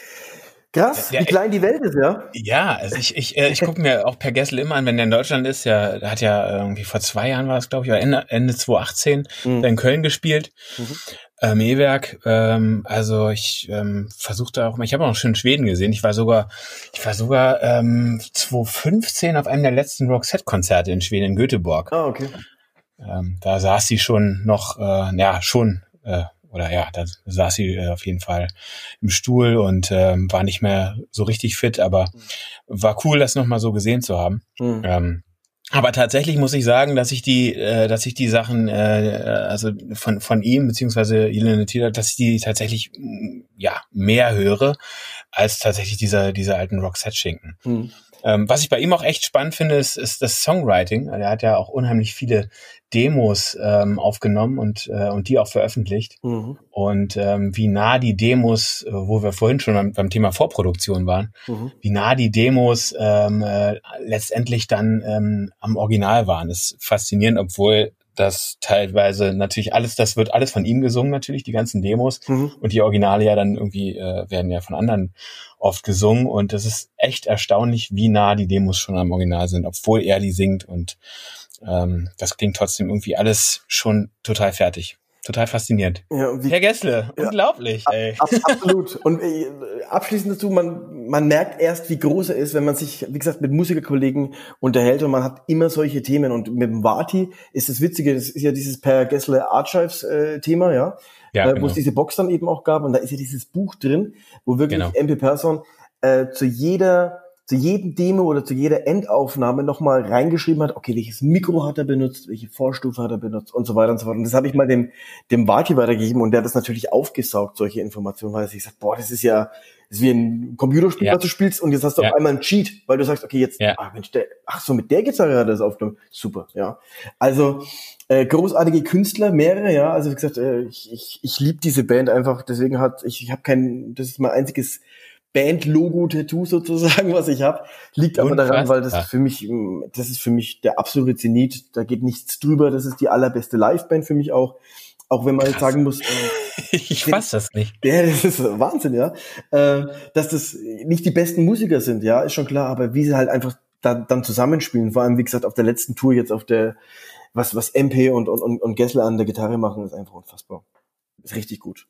Krass, ja, wie klein die Welt ist, ja? Ja, also ich ich äh, ich gucke mir auch Per Gessle immer an, wenn der in Deutschland ist. Ja, der hat ja irgendwie vor zwei Jahren war es, glaube ich, oder Ende Ende zwanzig achtzehn mhm. in Köln gespielt, mhm. ähm, E-Werk. Ähm, also ich ähm, versuche da auch mal. Ich habe auch schon in Schweden gesehen. Ich war sogar ich war sogar ähm, zwanzig fünfzehn auf einem der letzten Roxette-Konzerte in Schweden in Göteborg. Ah, okay. Ähm, da saß sie schon noch, äh, ja schon. Äh, Oder ja, da saß sie äh, auf jeden Fall im Stuhl und ähm, war nicht mehr so richtig fit, aber war cool, das nochmal so gesehen zu haben. Mhm. Ähm, aber tatsächlich muss ich sagen, dass ich die, äh, dass ich die Sachen, äh, also von von ihm beziehungsweise Jelene Tida, dass ich die tatsächlich ja mehr höre als tatsächlich diese diese alten Roxette-Schinken. Mhm. Ähm, was ich bei ihm auch echt spannend finde, ist, ist das Songwriting. Er hat ja auch unheimlich viele Demos ähm, aufgenommen und äh, und die auch veröffentlicht. Mhm. Und ähm, wie nah die Demos, äh, wo wir vorhin schon beim, beim Thema Vorproduktion waren, mhm. wie nah die Demos ähm, äh, letztendlich dann ähm, am Original waren. Das ist faszinierend, obwohl das teilweise natürlich alles, das wird alles von ihm gesungen natürlich, die ganzen Demos. Mhm. Und die Originale ja dann irgendwie äh, werden ja von anderen oft gesungen. Und das ist echt erstaunlich, wie nah die Demos schon am Original sind, obwohl er die singt. Und ähm, das klingt trotzdem irgendwie alles schon total fertig. Total faszinierend. Ja, wie, Herr Gessle, ja, unglaublich, ey. Ab, absolut. Und äh, abschließend dazu, man, man merkt erst, wie groß er ist, wenn man sich, wie gesagt, mit Musikerkollegen unterhält und man hat immer solche Themen. Und mit dem Vati ist das Witzige, das ist ja dieses Per Gessle Archives-Thema, äh, ja, ja äh, genau. Wo es diese Box dann eben auch gab. Und da ist ja dieses Buch drin, wo wirklich genau. M P Person äh, zu jeder zu jedem Demo oder zu jeder Endaufnahme nochmal reingeschrieben hat, okay, welches Mikro hat er benutzt, welche Vorstufe hat er benutzt und so weiter und so fort. Und das habe ich mal dem dem Vati weitergegeben und der hat das natürlich aufgesaugt, solche Informationen, weil er sich sagt, boah, das ist ja das ist wie ein Computerspiel, ja. was du spielst und jetzt hast du ja. auf einmal einen Cheat, weil du sagst, okay, jetzt, ja. ach Mensch, der, ach so, mit der Gitarre hat er das aufgenommen. Super, ja. Also äh, großartige Künstler, mehrere, ja. Also wie gesagt, äh, ich ich, ich liebe diese Band einfach, deswegen hat, ich, ich habe kein, das ist mein einziges Band-Logo-Tattoo sozusagen, was ich habe, liegt aber Unfassbar. daran, weil das ist für mich, das ist für mich der absolute Zenit. Da geht nichts drüber. Das ist die allerbeste Liveband für mich auch. Auch wenn man jetzt sagen muss, äh, ich fass das nicht. Ja, das ist Wahnsinn, ja. Äh, dass das nicht die besten Musiker sind, ja, ist schon klar. Aber wie sie halt einfach da, dann zusammenspielen, vor allem wie gesagt auf der letzten Tour jetzt auf der, was was M P und und und Gessle an der Gitarre machen, ist einfach unfassbar. Ist richtig gut.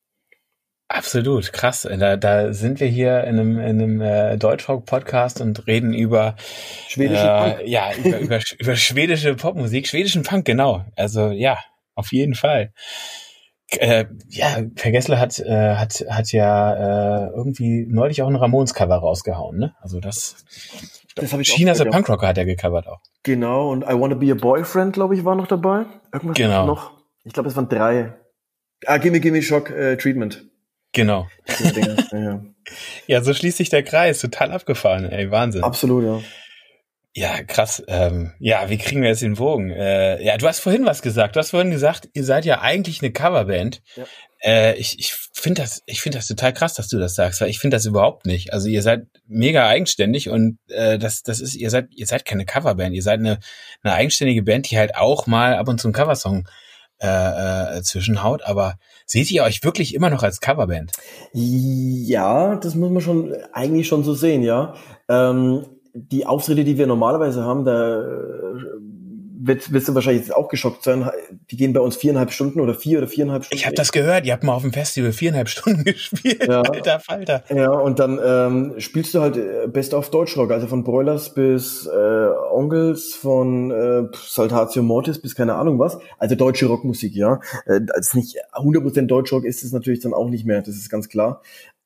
Absolut, krass. Da, da sind wir hier in einem, in einem äh, Deutschrock-Podcast und reden über schwedische äh, Punk. Ja, über, über, über schwedische Popmusik, schwedischen Punk, genau. Also ja, auf jeden Fall. Äh, ja, Per Gessle hat, äh, hat, hat ja äh, irgendwie neulich auch ein Ramones-Cover rausgehauen, ne? Also das, das habe ich Chinas a Punkrocker hat er gecovert auch. Genau, und I Wanna Be a Boyfriend, glaube ich, war noch dabei. Irgendwas genau. noch. Ich glaube, es waren drei. Ah, Gimme Gimme Shock äh, Treatment. Genau. ja, ja. ja, so schließt sich der Kreis. Total abgefahren, ey, Wahnsinn. Absolut, ja. Ja, krass. Ähm, ja, wie kriegen wir jetzt den Bogen? Äh, ja, du hast vorhin was gesagt. Du hast vorhin gesagt, ihr seid ja eigentlich eine Coverband. Ja. Äh, ich ich finde das, ich finde das total krass, dass du das sagst, weil ich finde das überhaupt nicht. Also ihr seid mega eigenständig und äh, das das ist, ihr seid ihr seid keine Coverband. Ihr seid eine eine eigenständige Band, die halt auch mal ab und zu einen Coversong Äh, äh, zwischenhaut, aber seht ihr euch wirklich immer noch als Coverband? Ja, das muss man schon eigentlich schon so sehen, ja. Ähm, die Auftritte, die wir normalerweise haben, da wird, wirst du wahrscheinlich jetzt auch geschockt sein. Die gehen bei uns viereinhalb Stunden oder vier oder viereinhalb Stunden. Ich habe das gehört, ihr habt mal auf dem Festival viereinhalb Stunden gespielt, ja. Alter Falter. Ja, und dann ähm, spielst du halt Best auf Deutschrock, also von Broilers bis äh, Onkels, von äh, Saltatio Mortis bis keine Ahnung was. Also deutsche Rockmusik, ja. Äh, als nicht hundert Prozent Deutschrock ist es natürlich dann auch nicht mehr, das ist ganz klar.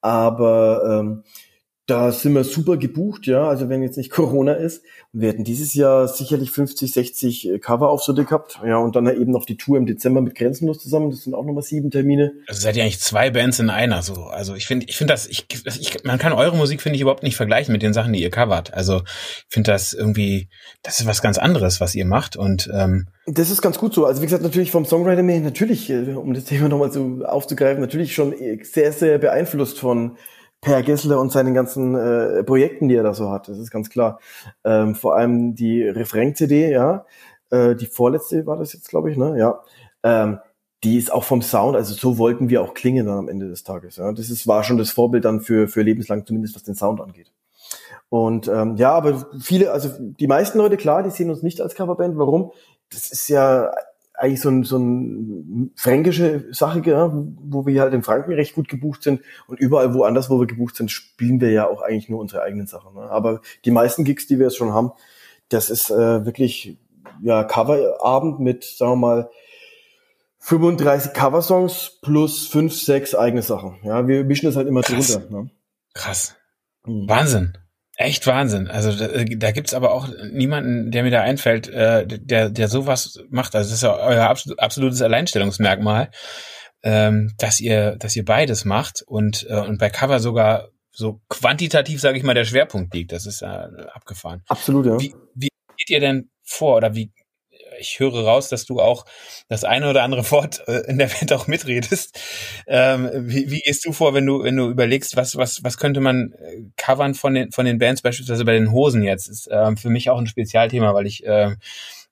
Aber ähm, da sind wir super gebucht, ja, also wenn jetzt nicht Corona ist. Wir hätten dieses Jahr sicherlich fünfzig, sechzig Cover-Auftritte gehabt, ja, und dann eben noch die Tour im Dezember mit Grenzenlos zusammen, das sind auch nochmal sieben Termine. Also seid ihr eigentlich zwei Bands in einer, so. Also ich finde, ich finde das, ich, ich, man kann eure Musik, finde ich, überhaupt nicht vergleichen mit den Sachen, die ihr covert. Also ich finde das irgendwie, das ist was ganz anderes, was ihr macht und, ähm, das ist ganz gut so. Also wie gesagt, natürlich vom Songwriter her, natürlich, um das Thema nochmal so aufzugreifen, natürlich schon sehr, sehr beeinflusst von Per Gessler und seinen ganzen äh, Projekten, die er da so hat, das ist ganz klar. Ähm, vor allem die Refrain-C D, ja, äh, die vorletzte war das jetzt, glaube ich, ne, ja, ähm, die ist auch vom Sound, also so wollten wir auch klingen dann am Ende des Tages, ja. Das ist, war schon das Vorbild dann für für lebenslang, zumindest was den Sound angeht. Und ähm, ja, aber viele, also die meisten Leute, klar, die sehen uns nicht als Coverband. Warum? Das ist ja eigentlich so ein, so ein fränkische Sache, ja, wo wir halt in Franken recht gut gebucht sind und überall woanders, wo wir gebucht sind, spielen wir ja auch eigentlich nur unsere eigenen Sachen. Ne? Aber die meisten Gigs, die wir jetzt schon haben, das ist äh, wirklich ja Coverabend mit, sagen wir mal, fünfunddreißig Coversongs plus fünf, sechs eigene Sachen. Ja, wir mischen das halt immer Krass. drunter. Ne? Krass. Mhm. Wahnsinn. Echt Wahnsinn. Also da, da gibt's aber auch niemanden, der mir da einfällt, äh, der der sowas macht. Also das ist ja euer absol- absolutes Alleinstellungsmerkmal, ähm, dass ihr dass ihr beides macht und äh, und bei Cover sogar so quantitativ, sage ich mal, der Schwerpunkt liegt. Das ist ja äh, abgefahren. Absolut, ja. Wie, wie geht ihr denn vor oder wie? Ich höre raus, dass du auch das eine oder andere Wort in der Band auch mitredest. Ähm, wie, wie gehst du vor, wenn du wenn du überlegst, was was was könnte man covern von den von den Bands, beispielsweise bei den Hosen jetzt? Ist ähm, für mich auch ein Spezialthema, weil ich äh, äh,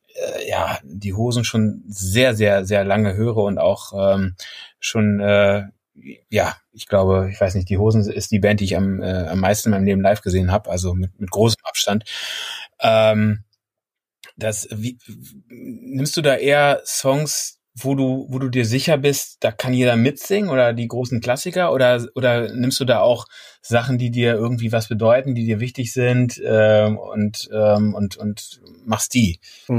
ja die Hosen schon sehr sehr sehr lange höre und auch ähm, schon äh, ja, ich glaube, ich weiß nicht, die Hosen ist die Band, die ich am äh, am meisten in meinem Leben live gesehen habe, also mit mit großem Abstand. Ähm, Das, wie, nimmst du da eher Songs, wo du, wo du dir sicher bist, da kann jeder mitsingen oder die großen Klassiker oder, oder nimmst du da auch Sachen, die dir irgendwie was bedeuten, die dir wichtig sind, ähm, und, ähm, und, und machst die?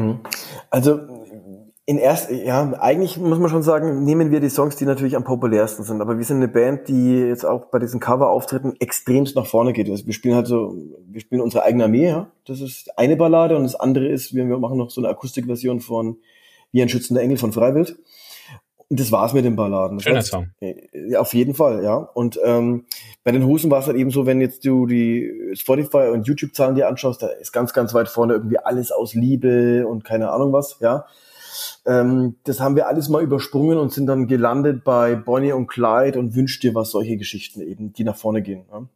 Also, in erst, ja, eigentlich muss man schon sagen, nehmen wir die Songs, die natürlich am populärsten sind. Aber wir sind eine Band, die jetzt auch bei diesen Cover-Auftritten extremst nach vorne geht. Also wir spielen halt so, wir spielen unsere eigene Armee, ja. Das ist eine Ballade und das andere ist, wir machen noch so eine Akustikversion von Wie ein schützender Engel von Freiwild. Und das war's mit den Balladen. Das Schöner heißt, Song. Ja, auf jeden Fall, ja. Und ähm, bei den Hosen war es halt eben so, wenn jetzt du die Spotify und YouTube-Zahlen dir anschaust, da ist ganz, ganz weit vorne irgendwie alles aus Liebe und keine Ahnung was, ja. Ähm, das haben wir alles mal übersprungen und sind dann gelandet bei Bonnie und Clyde und Wünsch dir was, solche Geschichten eben, die nach vorne gehen. Ja.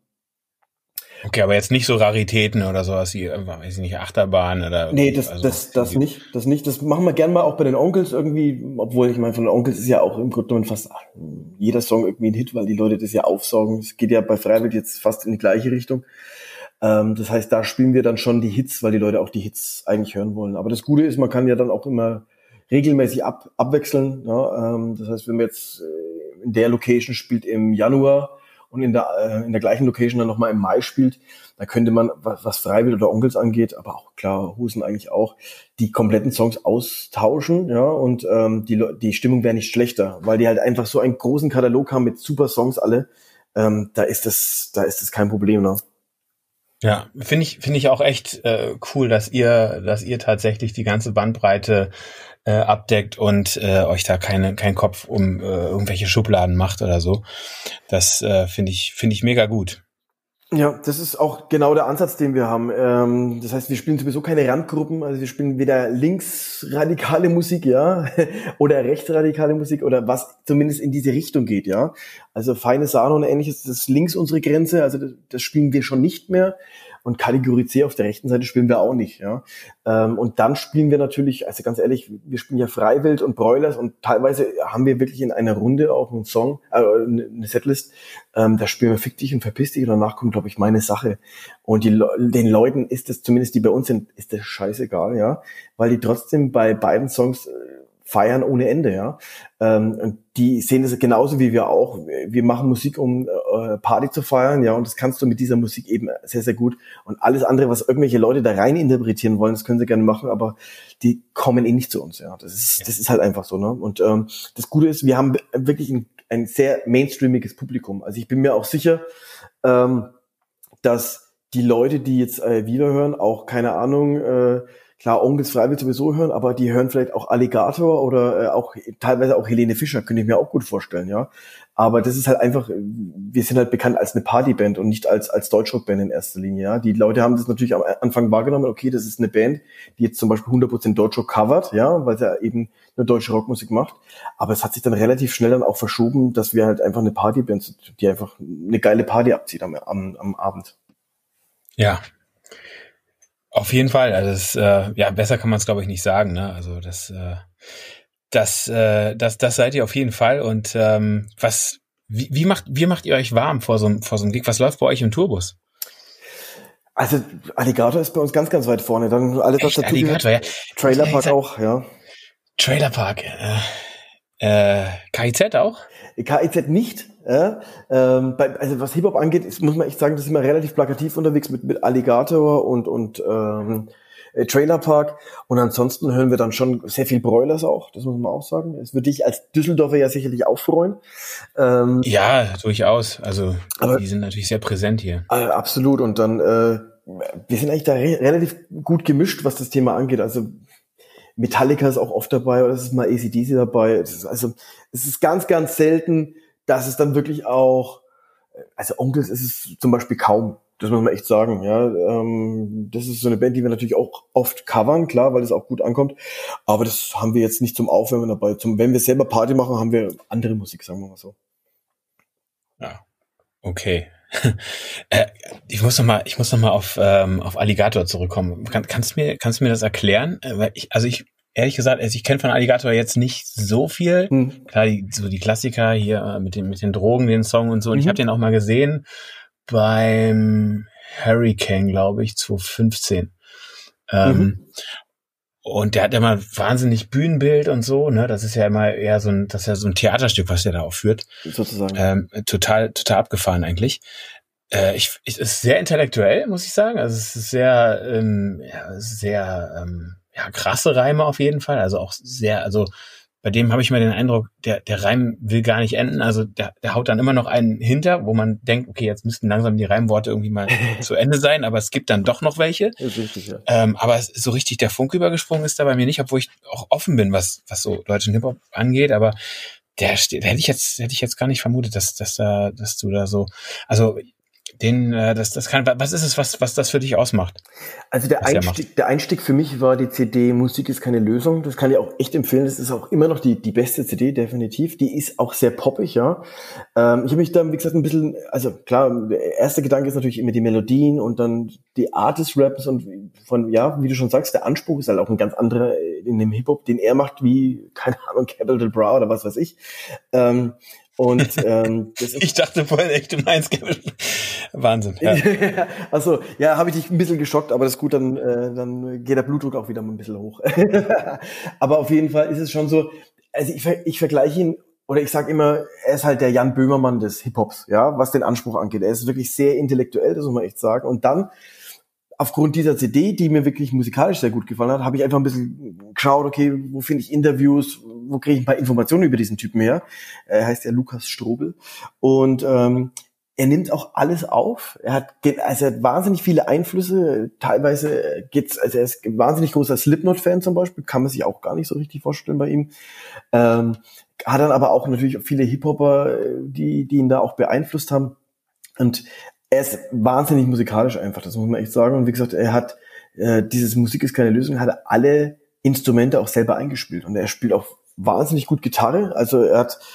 Okay, aber jetzt nicht so Raritäten oder sowas wie, weiß ich nicht, Achterbahn oder... Nee, das, also, das, das nicht, das nicht. Das machen wir gern mal auch bei den Onkels irgendwie, obwohl ich meine, von den Onkels ist ja auch im Grunde genommen fast ach, jeder Song irgendwie ein Hit, weil die Leute das ja aufsaugen. Es geht ja bei Freiwild jetzt fast in die gleiche Richtung. Ähm, das heißt, da spielen wir dann schon die Hits, weil die Leute auch die Hits eigentlich hören wollen. Aber das Gute ist, man kann ja dann auch immer regelmäßig ab, abwechseln. Ja, ähm, das heißt, wenn man jetzt äh, in der Location spielt im Januar und in der äh, in der gleichen Location dann nochmal im Mai spielt, da könnte man, was, was Freiwild oder Onkels angeht, aber auch klar, Hosen eigentlich auch, die kompletten Songs austauschen, ja, und ähm, die die Stimmung wäre nicht schlechter, weil die halt einfach so einen großen Katalog haben mit super Songs alle. Ähm, da ist das, da ist das kein Problem, ne? Ja, finde ich finde ich auch echt äh, cool, dass ihr dass ihr tatsächlich die ganze Bandbreite äh, abdeckt und äh, euch da keine keinen Kopf um äh, irgendwelche Schubladen macht oder so. Das äh, finde ich finde ich mega gut. Ja, das ist auch genau der Ansatz, den wir haben. Ähm, das heißt, wir spielen sowieso keine Randgruppen, also wir spielen weder linksradikale Musik, ja, oder rechtsradikale Musik oder was zumindest in diese Richtung geht, ja. Also feine Sahne und ähnliches, das ist links unsere Grenze, also das, das spielen wir schon nicht mehr. Und Kategorie C auf der rechten Seite spielen wir auch nicht, ja. Ähm, und dann spielen wir natürlich, also ganz ehrlich, wir spielen ja Freiwild und Broilers und teilweise haben wir wirklich in einer Runde auch einen Song, äh, eine Setlist, ähm, da spielen wir Fick dich und verpiss dich und danach kommt, glaube ich, meine Sache. Und die, den Leuten ist das, zumindest die bei uns sind, ist das scheißegal, ja, weil die trotzdem bei beiden Songs äh, feiern ohne Ende, ja. Ähm, und die sehen das genauso wie wir auch. Wir machen Musik, um äh, Party zu feiern, ja, und das kannst du mit dieser Musik eben sehr, sehr gut. Und alles andere, was irgendwelche Leute da rein interpretieren wollen, das können sie gerne machen, aber die kommen eh nicht zu uns, ja. Das ist, ja. das ist halt einfach so, ne. Und ähm, das Gute ist, wir haben wirklich ein, ein sehr mainstreamiges Publikum. Also ich bin mir auch sicher, ähm, dass die Leute, die jetzt äh, wiederhören, auch, keine Ahnung, äh, klar, Onkels Freiwild sowieso hören, aber die hören vielleicht auch Alligator oder äh, auch teilweise auch Helene Fischer, könnte ich mir auch gut vorstellen, ja. Aber das ist halt einfach, wir sind halt bekannt als eine Partyband und nicht als als Deutschrockband in erster Linie, ja. Die Leute haben das natürlich am Anfang wahrgenommen, okay, das ist eine Band, die jetzt zum Beispiel hundert Prozent Deutschrock covert, ja, weil sie ja eben nur deutsche Rockmusik macht. Aber es hat sich dann relativ schnell dann auch verschoben, dass wir halt einfach eine Partyband sind, die einfach eine geile Party abzieht am, am, am Abend. Ja. Auf jeden Fall, also das, äh, ja, besser kann man es, glaube ich, nicht sagen, ne? Also das, äh, das, äh, das, das seid ihr auf jeden Fall. Und ähm, was, wie, wie macht, wie macht ihr euch warm vor so einem, vor so einem Gig? Was läuft bei euch im Tourbus? Also Alligator ist bei uns ganz, ganz weit vorne. Dann alles, was dazu gehört. Ja. Trailerpark ja, auch, ja. Trailerpark, äh, äh, K I Z auch? K I Z nicht. Ja, ähm, bei, also was Hip-Hop angeht, ist, muss man echt sagen, das sind wir relativ plakativ unterwegs mit, mit Alligator und, und ähm, Trailerpark. Und ansonsten hören wir dann schon sehr viel Broilers auch, das muss man auch sagen. Das würde dich als Düsseldorfer ja sicherlich auch freuen. Ähm, ja, durchaus. Also aber, die sind natürlich sehr präsent hier. Äh, absolut. Und dann, äh, wir sind eigentlich da re- relativ gut gemischt, was das Thema angeht. Also Metallica ist auch oft dabei, oder es ist mal A C D C dabei. Das ist also es ist ganz, ganz selten, dass es dann wirklich auch, also Onkels ist es zum Beispiel kaum, das muss man echt sagen, ja, ähm, das ist so eine Band, die wir natürlich auch oft covern, klar, weil es auch gut ankommt, aber das haben wir jetzt nicht zum Aufwärmen dabei, zum, wenn wir selber Party machen, haben wir andere Musik, sagen wir mal so. Ja, okay. äh, ich muss noch mal, ich muss noch mal auf, ähm, auf Alligator zurückkommen. Kann, kannst du mir, kannst du mir das erklären? Weil ich, also ich, ehrlich gesagt, also ich kenne von Alligator jetzt nicht so viel. Hm. Klar, die, so die Klassiker hier mit den mit den Drogen, den Song und so. Und mhm. ich habe den auch mal gesehen beim Hurricane, glaube ich, zwanzig fünfzehn. Ähm, mhm. Und der hat ja mal wahnsinnig Bühnenbild und so, ne? Das ist ja immer eher so ein, das ist ja so ein Theaterstück, was der da aufführt. Sozusagen. Ähm, total, total abgefahren eigentlich. Äh, ich, ich, es ist sehr intellektuell, muss ich sagen. Also es ist sehr, ähm, ja, sehr, ähm, ja, krasse Reime auf jeden Fall. Also auch sehr, also bei dem habe ich mal den Eindruck, der, der Reim will gar nicht enden. Also der, der haut dann immer noch einen hinter, wo man denkt, okay, jetzt müssten langsam die Reimworte irgendwie mal zu Ende sein, aber es gibt dann doch noch welche. Das ist richtig, ja. Ähm, aber so richtig der Funk übergesprungen ist da bei mir nicht, obwohl ich auch offen bin, was, was so deutschen Hip-Hop angeht, aber der steht, hätte ich jetzt, hätte ich jetzt gar nicht vermutet, dass, dass da, dass du da so, also den, äh, das, das kann, was ist es, was, was das für dich ausmacht? Also der Einstieg, der Einstieg für mich war die C D Musik ist keine Lösung. Das kann ich auch echt empfehlen. Das ist auch immer noch die, die beste C D, definitiv. Die ist auch sehr poppig, ja. Ähm, ich habe mich dann, wie gesagt, ein bisschen, also klar, der erste Gedanke ist natürlich immer die Melodien und dann die Art des Raps und von, ja, wie du schon sagst, der Anspruch ist halt auch ein ganz anderer in dem Hip-Hop, den er macht, wie, keine Ahnung, Capital Bra oder was weiß ich. Ähm, Und ähm, das ist ich dachte vorhin echt, du meinst Wahnsinn. Ja. Also ja, habe ich dich ein bisschen geschockt, aber das ist gut, dann äh, dann geht der Blutdruck auch wieder mal ein bisschen hoch. Aber auf jeden Fall ist es schon so, also ich, ich vergleiche ihn, oder ich sage immer, er ist halt der Jan Böhmermann des Hip-Hops, ja, was den Anspruch angeht. Er ist wirklich sehr intellektuell, das muss man echt sagen. Und dann aufgrund dieser C D, die mir wirklich musikalisch sehr gut gefallen hat, habe ich einfach ein bisschen geschaut, okay, wo finde ich Interviews, wo kriege ich ein paar Informationen über diesen Typen her. Er heißt ja Lukas Strobel. Und ähm, er nimmt auch alles auf. Er hat, also er hat wahnsinnig viele Einflüsse. Teilweise geht's, also er ist ein wahnsinnig großer Slipknot-Fan zum Beispiel, kann man sich auch gar nicht so richtig vorstellen bei ihm. Ähm, hat dann aber auch natürlich viele Hip-Hopper, die, die ihn da auch beeinflusst haben. Und er ist wahnsinnig musikalisch einfach, das muss man echt sagen. Und wie gesagt, er hat äh, dieses Musik ist keine Lösung, hat er alle Instrumente auch selber eingespielt. Und er spielt auch wahnsinnig gut Gitarre. Also er hat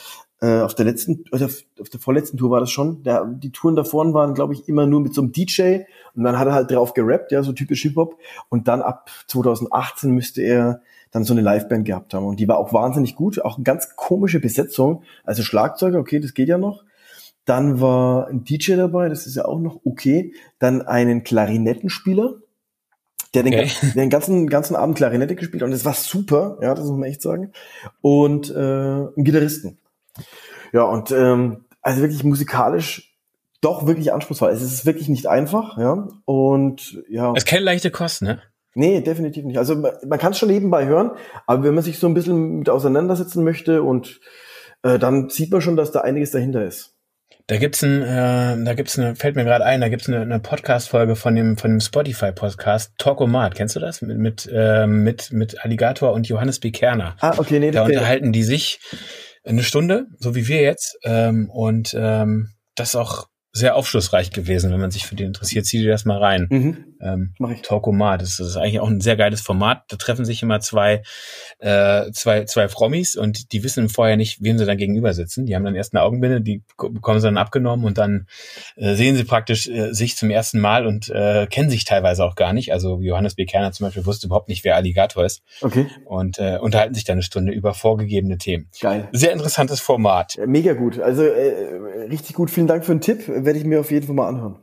Äh, auf der letzten, oder auf der vorletzten Tour war das schon. Der, die Touren davor waren, glaube ich, immer nur mit so einem D J und dann hat er halt drauf gerappt, ja, so typisch Hip-Hop. Und dann ab zwanzig achtzehn müsste er dann so eine Liveband gehabt haben. Und die war auch wahnsinnig gut, auch eine ganz komische Besetzung. Also Schlagzeuger, okay, das geht ja noch. Dann war ein D J dabei, das ist ja auch noch okay. Dann einen Klarinettenspieler, der den, okay. ganzen, den ganzen, ganzen Abend Klarinette gespielt hat. Und das war super, ja, das muss man echt sagen. Und äh, einen Gitarristen. Ja, und ähm, also wirklich musikalisch doch wirklich anspruchsvoll. Es ist wirklich nicht einfach, ja. Und ja. Es ist keine leichte Kost, ne? Nee, definitiv nicht. Also man, man kann es schon nebenbei hören, aber wenn man sich so ein bisschen mit auseinandersetzen möchte und äh, dann sieht man schon, dass da einiges dahinter ist. Da gibt's ein, äh, da gibt's eine, fällt mir gerade ein, da gibt's eine, eine Podcast-Folge von dem von dem Spotify-Podcast Talkomat. Kennst du das mit mit äh, mit mit Alligator und Johannes B. Kerner? Ah, okay, nee, da unterhalten die sich eine Stunde, so wie wir jetzt, ähm, und ähm, das ist auch sehr aufschlussreich gewesen, wenn man sich für den interessiert, zieh dir das mal rein. Mhm. Ähm, Mach ich. Talkomat, das ist eigentlich auch ein sehr geiles Format. Da treffen sich immer zwei, äh, zwei, zwei Frommis und die wissen vorher nicht, wem sie dann gegenüber sitzen. Die haben dann erst eine Augenbinde, die bekommen sie dann abgenommen und dann äh, sehen sie praktisch äh, sich zum ersten Mal und äh, kennen sich teilweise auch gar nicht. Also Johannes B. Kerner zum Beispiel wusste überhaupt nicht, wer Alligator ist. Okay. Und äh, unterhalten sich dann eine Stunde über vorgegebene Themen. Geil. Sehr interessantes Format. Ja, mega gut. Also äh, richtig gut. Vielen Dank für den Tipp. Werde ich mir auf jeden Fall mal anhören.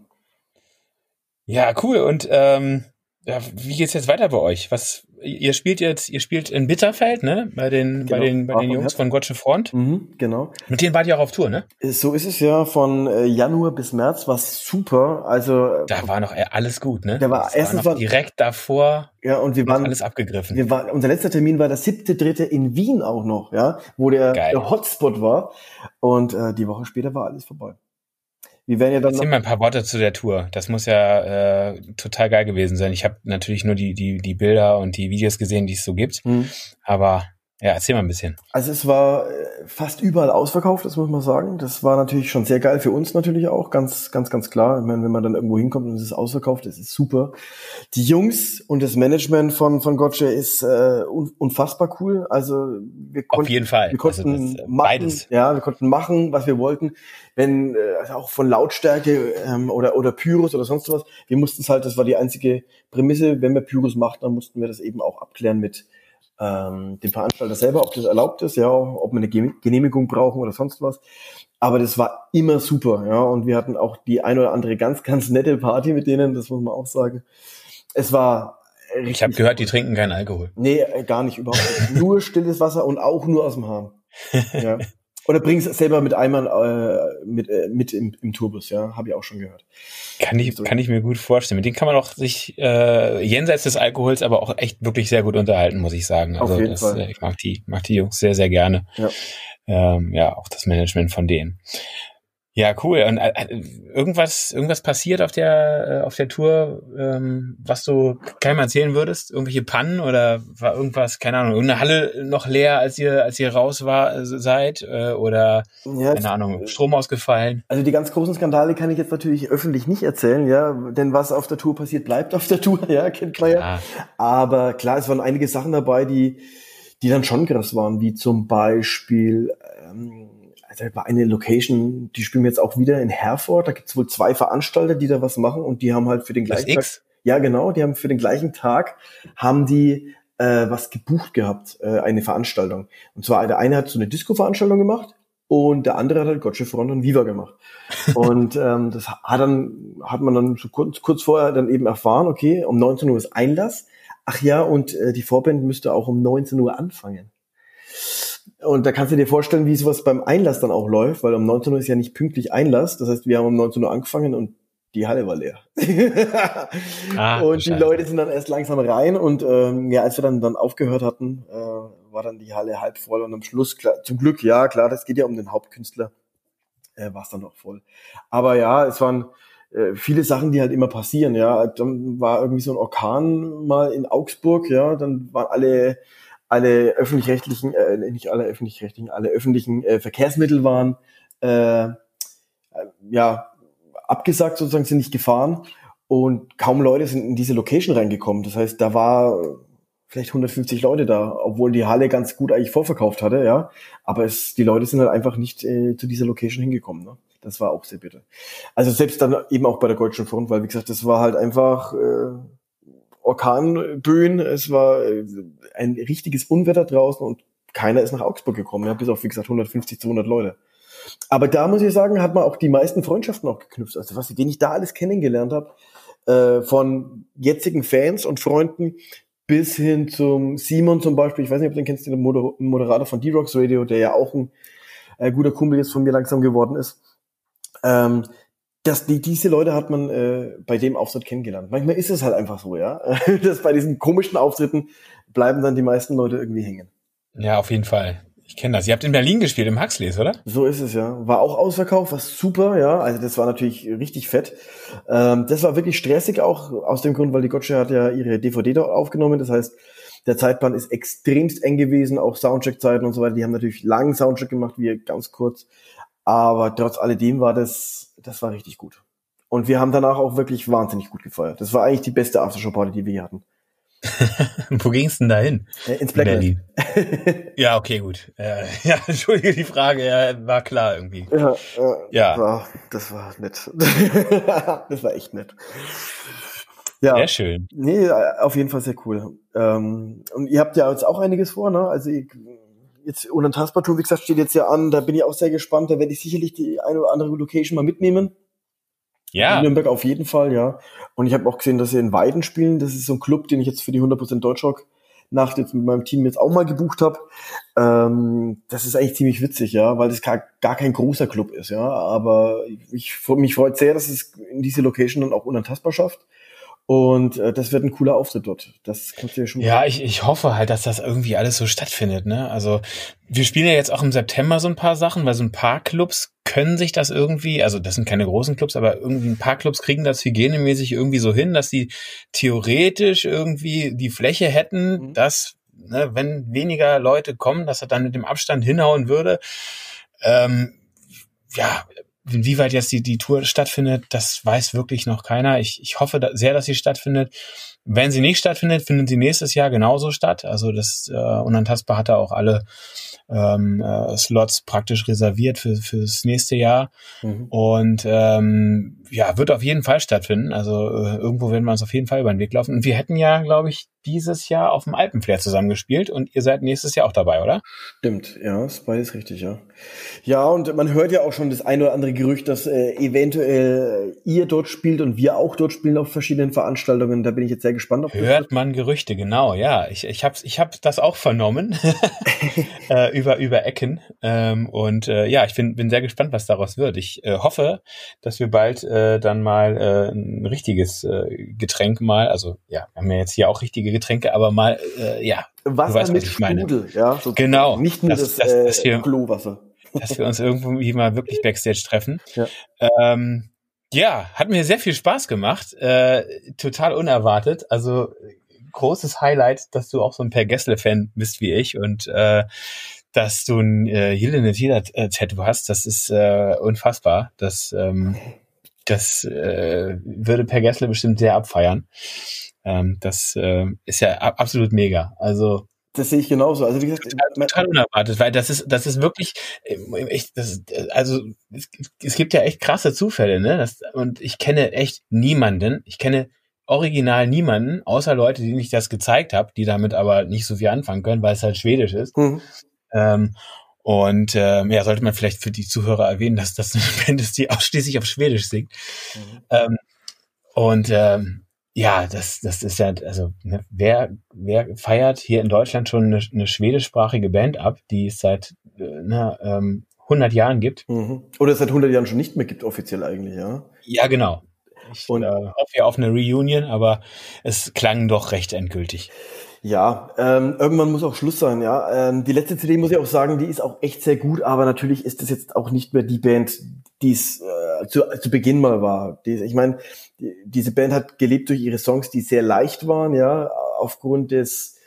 Ja, cool. Und ähm, ja, wie geht's jetzt weiter bei euch? Was ihr spielt jetzt? Ihr spielt in Bitterfeld, ne? Bei den genau. bei den bei den Jungs von Gottsche Front. Mhm, genau. Mit denen wart ihr auch auf Tour, ne? So ist es ja. Von äh, Januar bis März war super. Also da war noch alles gut, ne? Da war das erstens war noch direkt davor. Ja, und wir waren alles abgegriffen. Wir waren, unser letzter Termin war der siebte dritte in Wien auch noch, ja, wo der, der Hotspot war. Und äh, die Woche später war alles vorbei. Wir werden ja dann Erzähl mal ein paar Worte zu der Tour. Das muss ja äh, total geil gewesen sein. Ich habe natürlich nur die die die Bilder und die Videos gesehen, die es so gibt. Mhm. Aber ja, erzähl mal ein bisschen. Also es war fast überall ausverkauft, das muss man sagen. Das war natürlich schon sehr geil für uns natürlich auch, ganz, ganz, ganz klar. Ich meine, wenn man dann irgendwo hinkommt und es ist ausverkauft, das ist super. Die Jungs und das Management von von Gottsche ist äh, unfassbar cool. Also wir konnten, auf jeden Fall. Wir konnten also das, machen, beides. Ja, wir konnten machen, was wir wollten. Wenn äh, also auch von Lautstärke ähm, oder oder Pyros oder sonst was. Wir mussten es halt, das war die einzige Prämisse. Wenn wir Pyros machten, dann mussten wir das eben auch abklären mit ähm, dem Veranstalter selber, ob das erlaubt ist, ja, ob wir eine Genehmigung brauchen oder sonst was. Aber das war immer super, ja, und wir hatten auch die ein oder andere ganz, ganz nette Party mit denen, das muss man auch sagen. Es war richtig. Ich habe gehört, die trinken keinen Alkohol. Nee, gar nicht, überhaupt nicht. Nur stilles Wasser und auch nur aus dem Hahn. Ja. Oder bring's selber mit Eimern äh, mit, äh, mit im, im Tourbus, ja, habe ich auch schon gehört. Kann ich, so. kann ich mir gut vorstellen. Mit denen kann man auch sich äh, jenseits des Alkohols aber auch echt wirklich sehr gut unterhalten, muss ich sagen. Also auf jeden das, Fall. Äh, ich mag die, mag die Jungs sehr, sehr gerne. Ja, ähm, ja, auch das Management von denen. Ja, cool. Und äh, irgendwas, irgendwas passiert auf der, äh, auf der Tour, ähm, was du keinem erzählen würdest? Irgendwelche Pannen oder war irgendwas, keine Ahnung, irgendeine Halle noch leer, als ihr, als ihr raus war, äh, seid, äh, oder, ja, keine Ahnung, Strom ausgefallen? Also die ganz großen Skandale kann ich jetzt natürlich öffentlich nicht erzählen, ja, denn was auf der Tour passiert, bleibt auf der Tour, ja, kennt man ja. Aber klar, es waren einige Sachen dabei, die, die dann schon krass waren, wie zum Beispiel, ähm, also war eine Location, die spielen wir jetzt auch wieder in Herford, da gibt's wohl zwei Veranstalter, die da was machen und die haben halt für den gleichen Tag, X? Ja, genau, die haben für den gleichen Tag, haben die äh, was gebucht gehabt, äh, eine Veranstaltung. Und zwar, der eine hat so eine Disco-Veranstaltung gemacht und der andere hat halt Gottsche Front und Viva gemacht. Und ähm, das hat dann hat man dann so kurz, kurz vorher dann eben erfahren, okay, um neunzehn Uhr ist Einlass. Ach ja, und äh, die Vorband müsste auch um neunzehn Uhr anfangen. Und da kannst du dir vorstellen, wie sowas beim Einlass dann auch läuft, weil um neunzehn Uhr ist ja nicht pünktlich Einlass. Das heißt, wir haben um neunzehn Uhr angefangen und die Halle war leer. ah, und die Leute sind dann erst langsam rein und ähm, ja, als wir dann dann aufgehört hatten, äh, war dann die Halle halb voll und am Schluss, klar, zum Glück, ja, klar, das geht ja um den Hauptkünstler, äh, war es dann auch voll. Aber ja, es waren äh, viele Sachen, die halt immer passieren, ja. Dann war irgendwie so ein Orkan mal in Augsburg, ja, dann waren alle alle öffentlich-rechtlichen, äh, nicht alle öffentlich-rechtlichen, alle öffentlichen äh, Verkehrsmittel waren äh, äh, ja abgesagt, sozusagen, sind nicht gefahren und kaum Leute sind in diese Location reingekommen. Das heißt, da war vielleicht hundertfünfzig Leute da, obwohl die Halle ganz gut eigentlich vorverkauft hatte, ja. Aber es, die Leute sind halt einfach nicht äh, zu dieser Location hingekommen, ne? Das war auch sehr bitter. Also selbst dann eben auch bei der Goldstone Front, weil wie gesagt, das war halt einfach äh, Orkanböen, es war äh, ein richtiges Unwetter draußen und keiner ist nach Augsburg gekommen, ja, bis auf, wie gesagt, hundertfünfzig, zweihundert Leute. Aber da muss ich sagen, hat man auch die meisten Freundschaften auch geknüpft. Also was, den ich da alles kennengelernt habe, äh, von jetzigen Fans und Freunden bis hin zum Simon zum Beispiel. Ich weiß nicht, ob du den kennst, den Moder- Moderator von D-Rocks Radio, der ja auch ein äh, guter Kumpel jetzt von mir langsam geworden ist. Ähm, dass die, diese Leute hat man äh, bei dem Auftritt kennengelernt. Manchmal ist es halt einfach so, ja, dass bei diesen komischen Auftritten bleiben dann die meisten Leute irgendwie hängen. Ja, auf jeden Fall. Ich kenne das. Ihr habt in Berlin gespielt, im Huxleys, oder? So ist es, ja. War auch ausverkauft, war super, ja. Also das war natürlich richtig fett. Ähm, das war wirklich stressig auch aus dem Grund, weil die Gotcha hat ja ihre D V D dort aufgenommen. Das heißt, der Zeitplan ist extremst eng gewesen, auch Soundcheck-Zeiten und so weiter. Die haben natürlich langen Soundcheck gemacht, wie ganz kurz. Aber trotz alledem war das, das war richtig gut. Und wir haben danach auch wirklich wahnsinnig gut gefeiert. Das war eigentlich die beste Aftershow-Party, die wir hier hatten. Wo ging's denn da hin? Äh, ins Blacklight. Ja, okay, gut. Äh, ja, entschuldige die Frage, ja, war klar irgendwie. Ja, äh, ja. Das, war, das war nett. Das war echt nett. Ja. Sehr schön. Nee, auf jeden Fall sehr cool. Ähm, und ihr habt ja jetzt auch einiges vor, ne? Also ich, jetzt Unantastbar Tour, wie gesagt, steht jetzt ja an. Da bin ich auch sehr gespannt. Da werde ich sicherlich die eine oder andere Location mal mitnehmen. Ja. In Nürnberg auf jeden Fall, ja. Und ich habe auch gesehen, dass sie in Weiden spielen. Das ist so ein Club, den ich jetzt für die hundert Prozent Deutschrock Nacht jetzt mit meinem Team jetzt auch mal gebucht habe. Ähm, das ist eigentlich ziemlich witzig, ja, weil das gar, gar kein großer Club ist, ja. Aber ich, mich freut sehr, dass es in diese Location dann auch unantastbar schafft. Und äh, das wird ein cooler Auftritt dort. Das kannst du ja schon. Ja, ich, ich hoffe halt, dass das irgendwie alles so stattfindet, ne? Also wir spielen ja jetzt auch im September so ein paar Sachen, weil so ein paar Clubs können sich das irgendwie, also das sind keine großen Clubs, aber irgendwie ein paar Clubs kriegen das hygienemäßig irgendwie so hin, dass sie theoretisch irgendwie die Fläche hätten, mhm. dass, ne, wenn weniger Leute kommen, dass er dann mit dem Abstand hinhauen würde. Ähm, ja, inwieweit jetzt die, die Tour stattfindet, das weiß wirklich noch keiner. Ich, ich hoffe da sehr, dass sie stattfindet. Wenn sie nicht stattfindet, findet sie nächstes Jahr genauso statt. Also das äh, Unantastbar hat da auch alle ähm, äh, Slots praktisch reserviert für fürs nächste Jahr. Mhm. Und ähm, ja, wird auf jeden Fall stattfinden. Also äh, irgendwo werden wir uns auf jeden Fall über den Weg laufen. Und wir hätten ja, glaube ich, dieses Jahr auf dem Alpenflair zusammengespielt und ihr seid nächstes Jahr auch dabei, oder? Stimmt, ja, ist beides richtig, ja. Ja, und man hört ja auch schon das ein oder andere Gerücht, dass äh, eventuell ihr dort spielt und wir auch dort spielen auf verschiedenen Veranstaltungen. Da bin ich jetzt sehr gespannt. Ob hört das man Gerüchte, genau, ja. Ich, ich habe ich hab das auch vernommen äh, über, über Ecken. Ähm, und äh, ja, ich bin, bin sehr gespannt, was daraus wird. Ich äh, hoffe, dass wir bald äh, dann mal äh, ein richtiges äh, Getränk mal, also ja, wir haben ja jetzt hier auch richtige Getränke, aber mal, äh, ja, Wasser weißt, mit was ich meine. Sprudel, ja. So genau. Nicht nur das, das, das, äh, das wir, Klowasser. Dass wir uns irgendwie mal wirklich Backstage treffen. Ja. Ähm, ja, hat mir sehr viel Spaß gemacht. Äh, total unerwartet. Also großes Highlight, dass du auch so ein Per Gessle-Fan bist wie ich und äh, dass du ein äh, Jelene Tattoo hast. Das ist äh, unfassbar. Das, ähm, das äh, würde Per Gessle bestimmt sehr abfeiern. Ähm, das äh, ist ja a- absolut mega. Also das sehe ich genauso. Also wie gesagt, total, total unerwartet, weil das ist, das ist wirklich, echt, das, also es, es gibt ja echt krasse Zufälle, ne? Das, und ich kenne echt niemanden. Ich kenne original niemanden, außer Leute, denen ich das gezeigt habe, die damit aber nicht so viel anfangen können, weil es halt Schwedisch ist. Mhm. Ähm, und ähm, ja, sollte man vielleicht für die Zuhörer erwähnen, dass das eine Band ist, die ausschließlich auf Schwedisch singt. Mhm. Ähm, und ähm, ja, das, das ist ja, also, ne, wer, wer feiert hier in Deutschland schon eine, eine schwedischsprachige Band ab, die es seit äh, ne, ähm, hundert Jahren gibt? Mhm. Oder seit hundert Jahren schon nicht mehr gibt, offiziell eigentlich, ja? Ja, genau. Ich und, äh, hoffe ja auf eine Reunion, aber es klang doch recht endgültig. Ja, ähm, irgendwann muss auch Schluss sein, ja. Ähm, die letzte C D, muss ich auch sagen, die ist auch echt sehr gut, aber natürlich ist das jetzt auch nicht mehr die Band, die es äh, zu, zu Beginn mal war. Die, ich meine, die, diese Band hat gelebt durch ihre Songs, die sehr leicht waren, ja, aufgrund des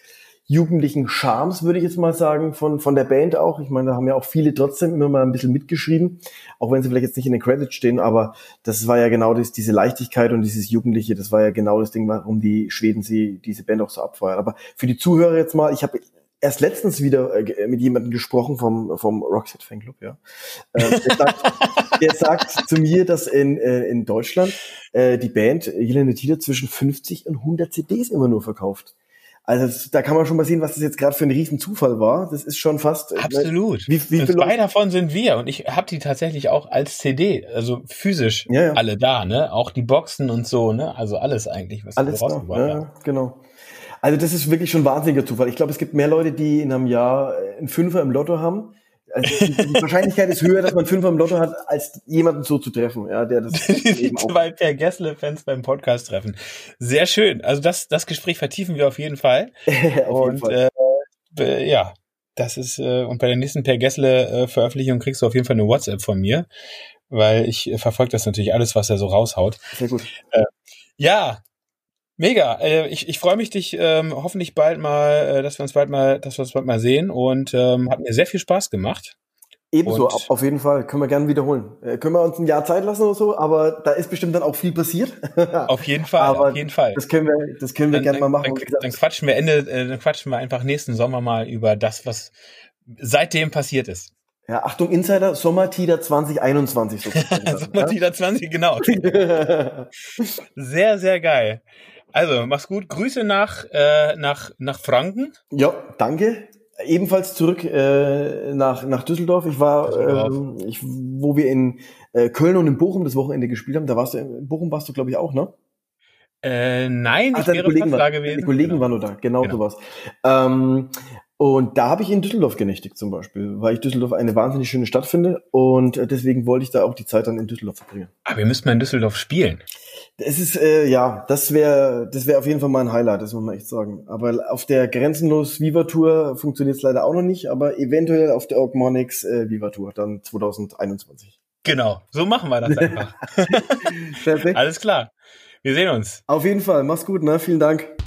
jugendlichen Charmes, würde ich jetzt mal sagen, von von der Band auch. Ich meine, da haben ja auch viele trotzdem immer mal ein bisschen mitgeschrieben, auch wenn sie vielleicht jetzt nicht in den Credits stehen, aber das war ja genau das, diese Leichtigkeit und dieses Jugendliche, das war ja genau das Ding, warum die Schweden sie diese Band auch so abfeuern. Aber für die Zuhörer jetzt mal, ich habe erst letztens wieder äh, mit jemandem gesprochen vom vom Roxette Fanclub, ja. Äh, der, sagt, der sagt zu mir, dass in äh, in Deutschland äh, die Band Jelena Tider zwischen fünfzig und hundert C Ds immer nur verkauft. Also das, da kann man schon mal sehen, was das jetzt gerade für ein Riesenzufall war. Das ist schon fast... Absolut. Wie, wie viele zwei davon sind wir. Und ich habe die tatsächlich auch als C D, also physisch ja, ja. alle da, ne? Auch die Boxen und so, ne? Also alles eigentlich, was alles rausgebracht haben. Ja, genau. Also das ist wirklich schon ein wahnsinniger Zufall. Ich glaube, es gibt mehr Leute, die in einem Jahr einen Fünfer im Lotto haben. Also die, die Wahrscheinlichkeit ist höher, dass man einen Fünfer im Lotto hat, als jemanden so zu treffen. Ja, der das die zwei Per Gessle-Fans beim Podcast treffen. Sehr schön. Also das, das Gespräch vertiefen wir auf jeden Fall. auf und jeden Fall. Äh, ja, das ist äh, und bei der nächsten Per Gessle-Veröffentlichung kriegst du auf jeden Fall eine WhatsApp von mir, weil ich äh, verfolge das natürlich alles, was er so raushaut. Sehr gut. Äh, ja. Mega. Äh, ich ich freue mich, dich ähm, hoffentlich bald mal, äh, dass wir uns bald mal, dass wir uns bald mal sehen und ähm, hat mir sehr viel Spaß gemacht. Ebenso, und auf jeden Fall. Können wir gerne wiederholen. Äh, können wir uns ein Jahr Zeit lassen oder so, aber da ist bestimmt dann auch viel passiert. Auf jeden Fall, aber auf jeden Fall. Das können wir, das können wir dann, gerne mal machen. Dann, dann quatschen wir Ende, äh, dann quatschen wir einfach nächsten Sommer mal über das, was seitdem passiert ist. Ja, Achtung, Insider, Sommer-Tider zwanzig einundzwanzig. Sommer-Tider ja? zwanzig, genau. Sehr, sehr geil. Also, mach's gut. Grüße nach, äh, nach, nach Franken. Ja, danke. Ebenfalls zurück äh, nach, nach Düsseldorf. Ich war, Düsseldorf. Ähm, ich, wo wir in äh, Köln und in Bochum das Wochenende gespielt haben. Da warst du, in Bochum warst du, glaube ich, auch, ne? Äh, nein, Ach, ich wäre fast da gewesen. Die Kollegen genau. waren nur da, genau, genau. sowas. Ähm, und da habe ich in Düsseldorf genächtigt zum Beispiel, weil ich Düsseldorf eine wahnsinnig schöne Stadt finde und deswegen wollte ich da auch die Zeit dann in Düsseldorf verbringen. Aber wir müssten mal in Düsseldorf spielen. Es ist, äh, ja, das wäre das wäre auf jeden Fall mal ein Highlight, das muss man echt sagen. Aber auf der Grenzenlos Viva Tour funktioniert es leider auch noch nicht, aber eventuell auf der Orgmonix äh, Viva Tour dann zwanzig einundzwanzig. Genau, so machen wir das einfach. Perfekt. Alles klar. Wir sehen uns. Auf jeden Fall. Mach's gut, ne? Vielen Dank.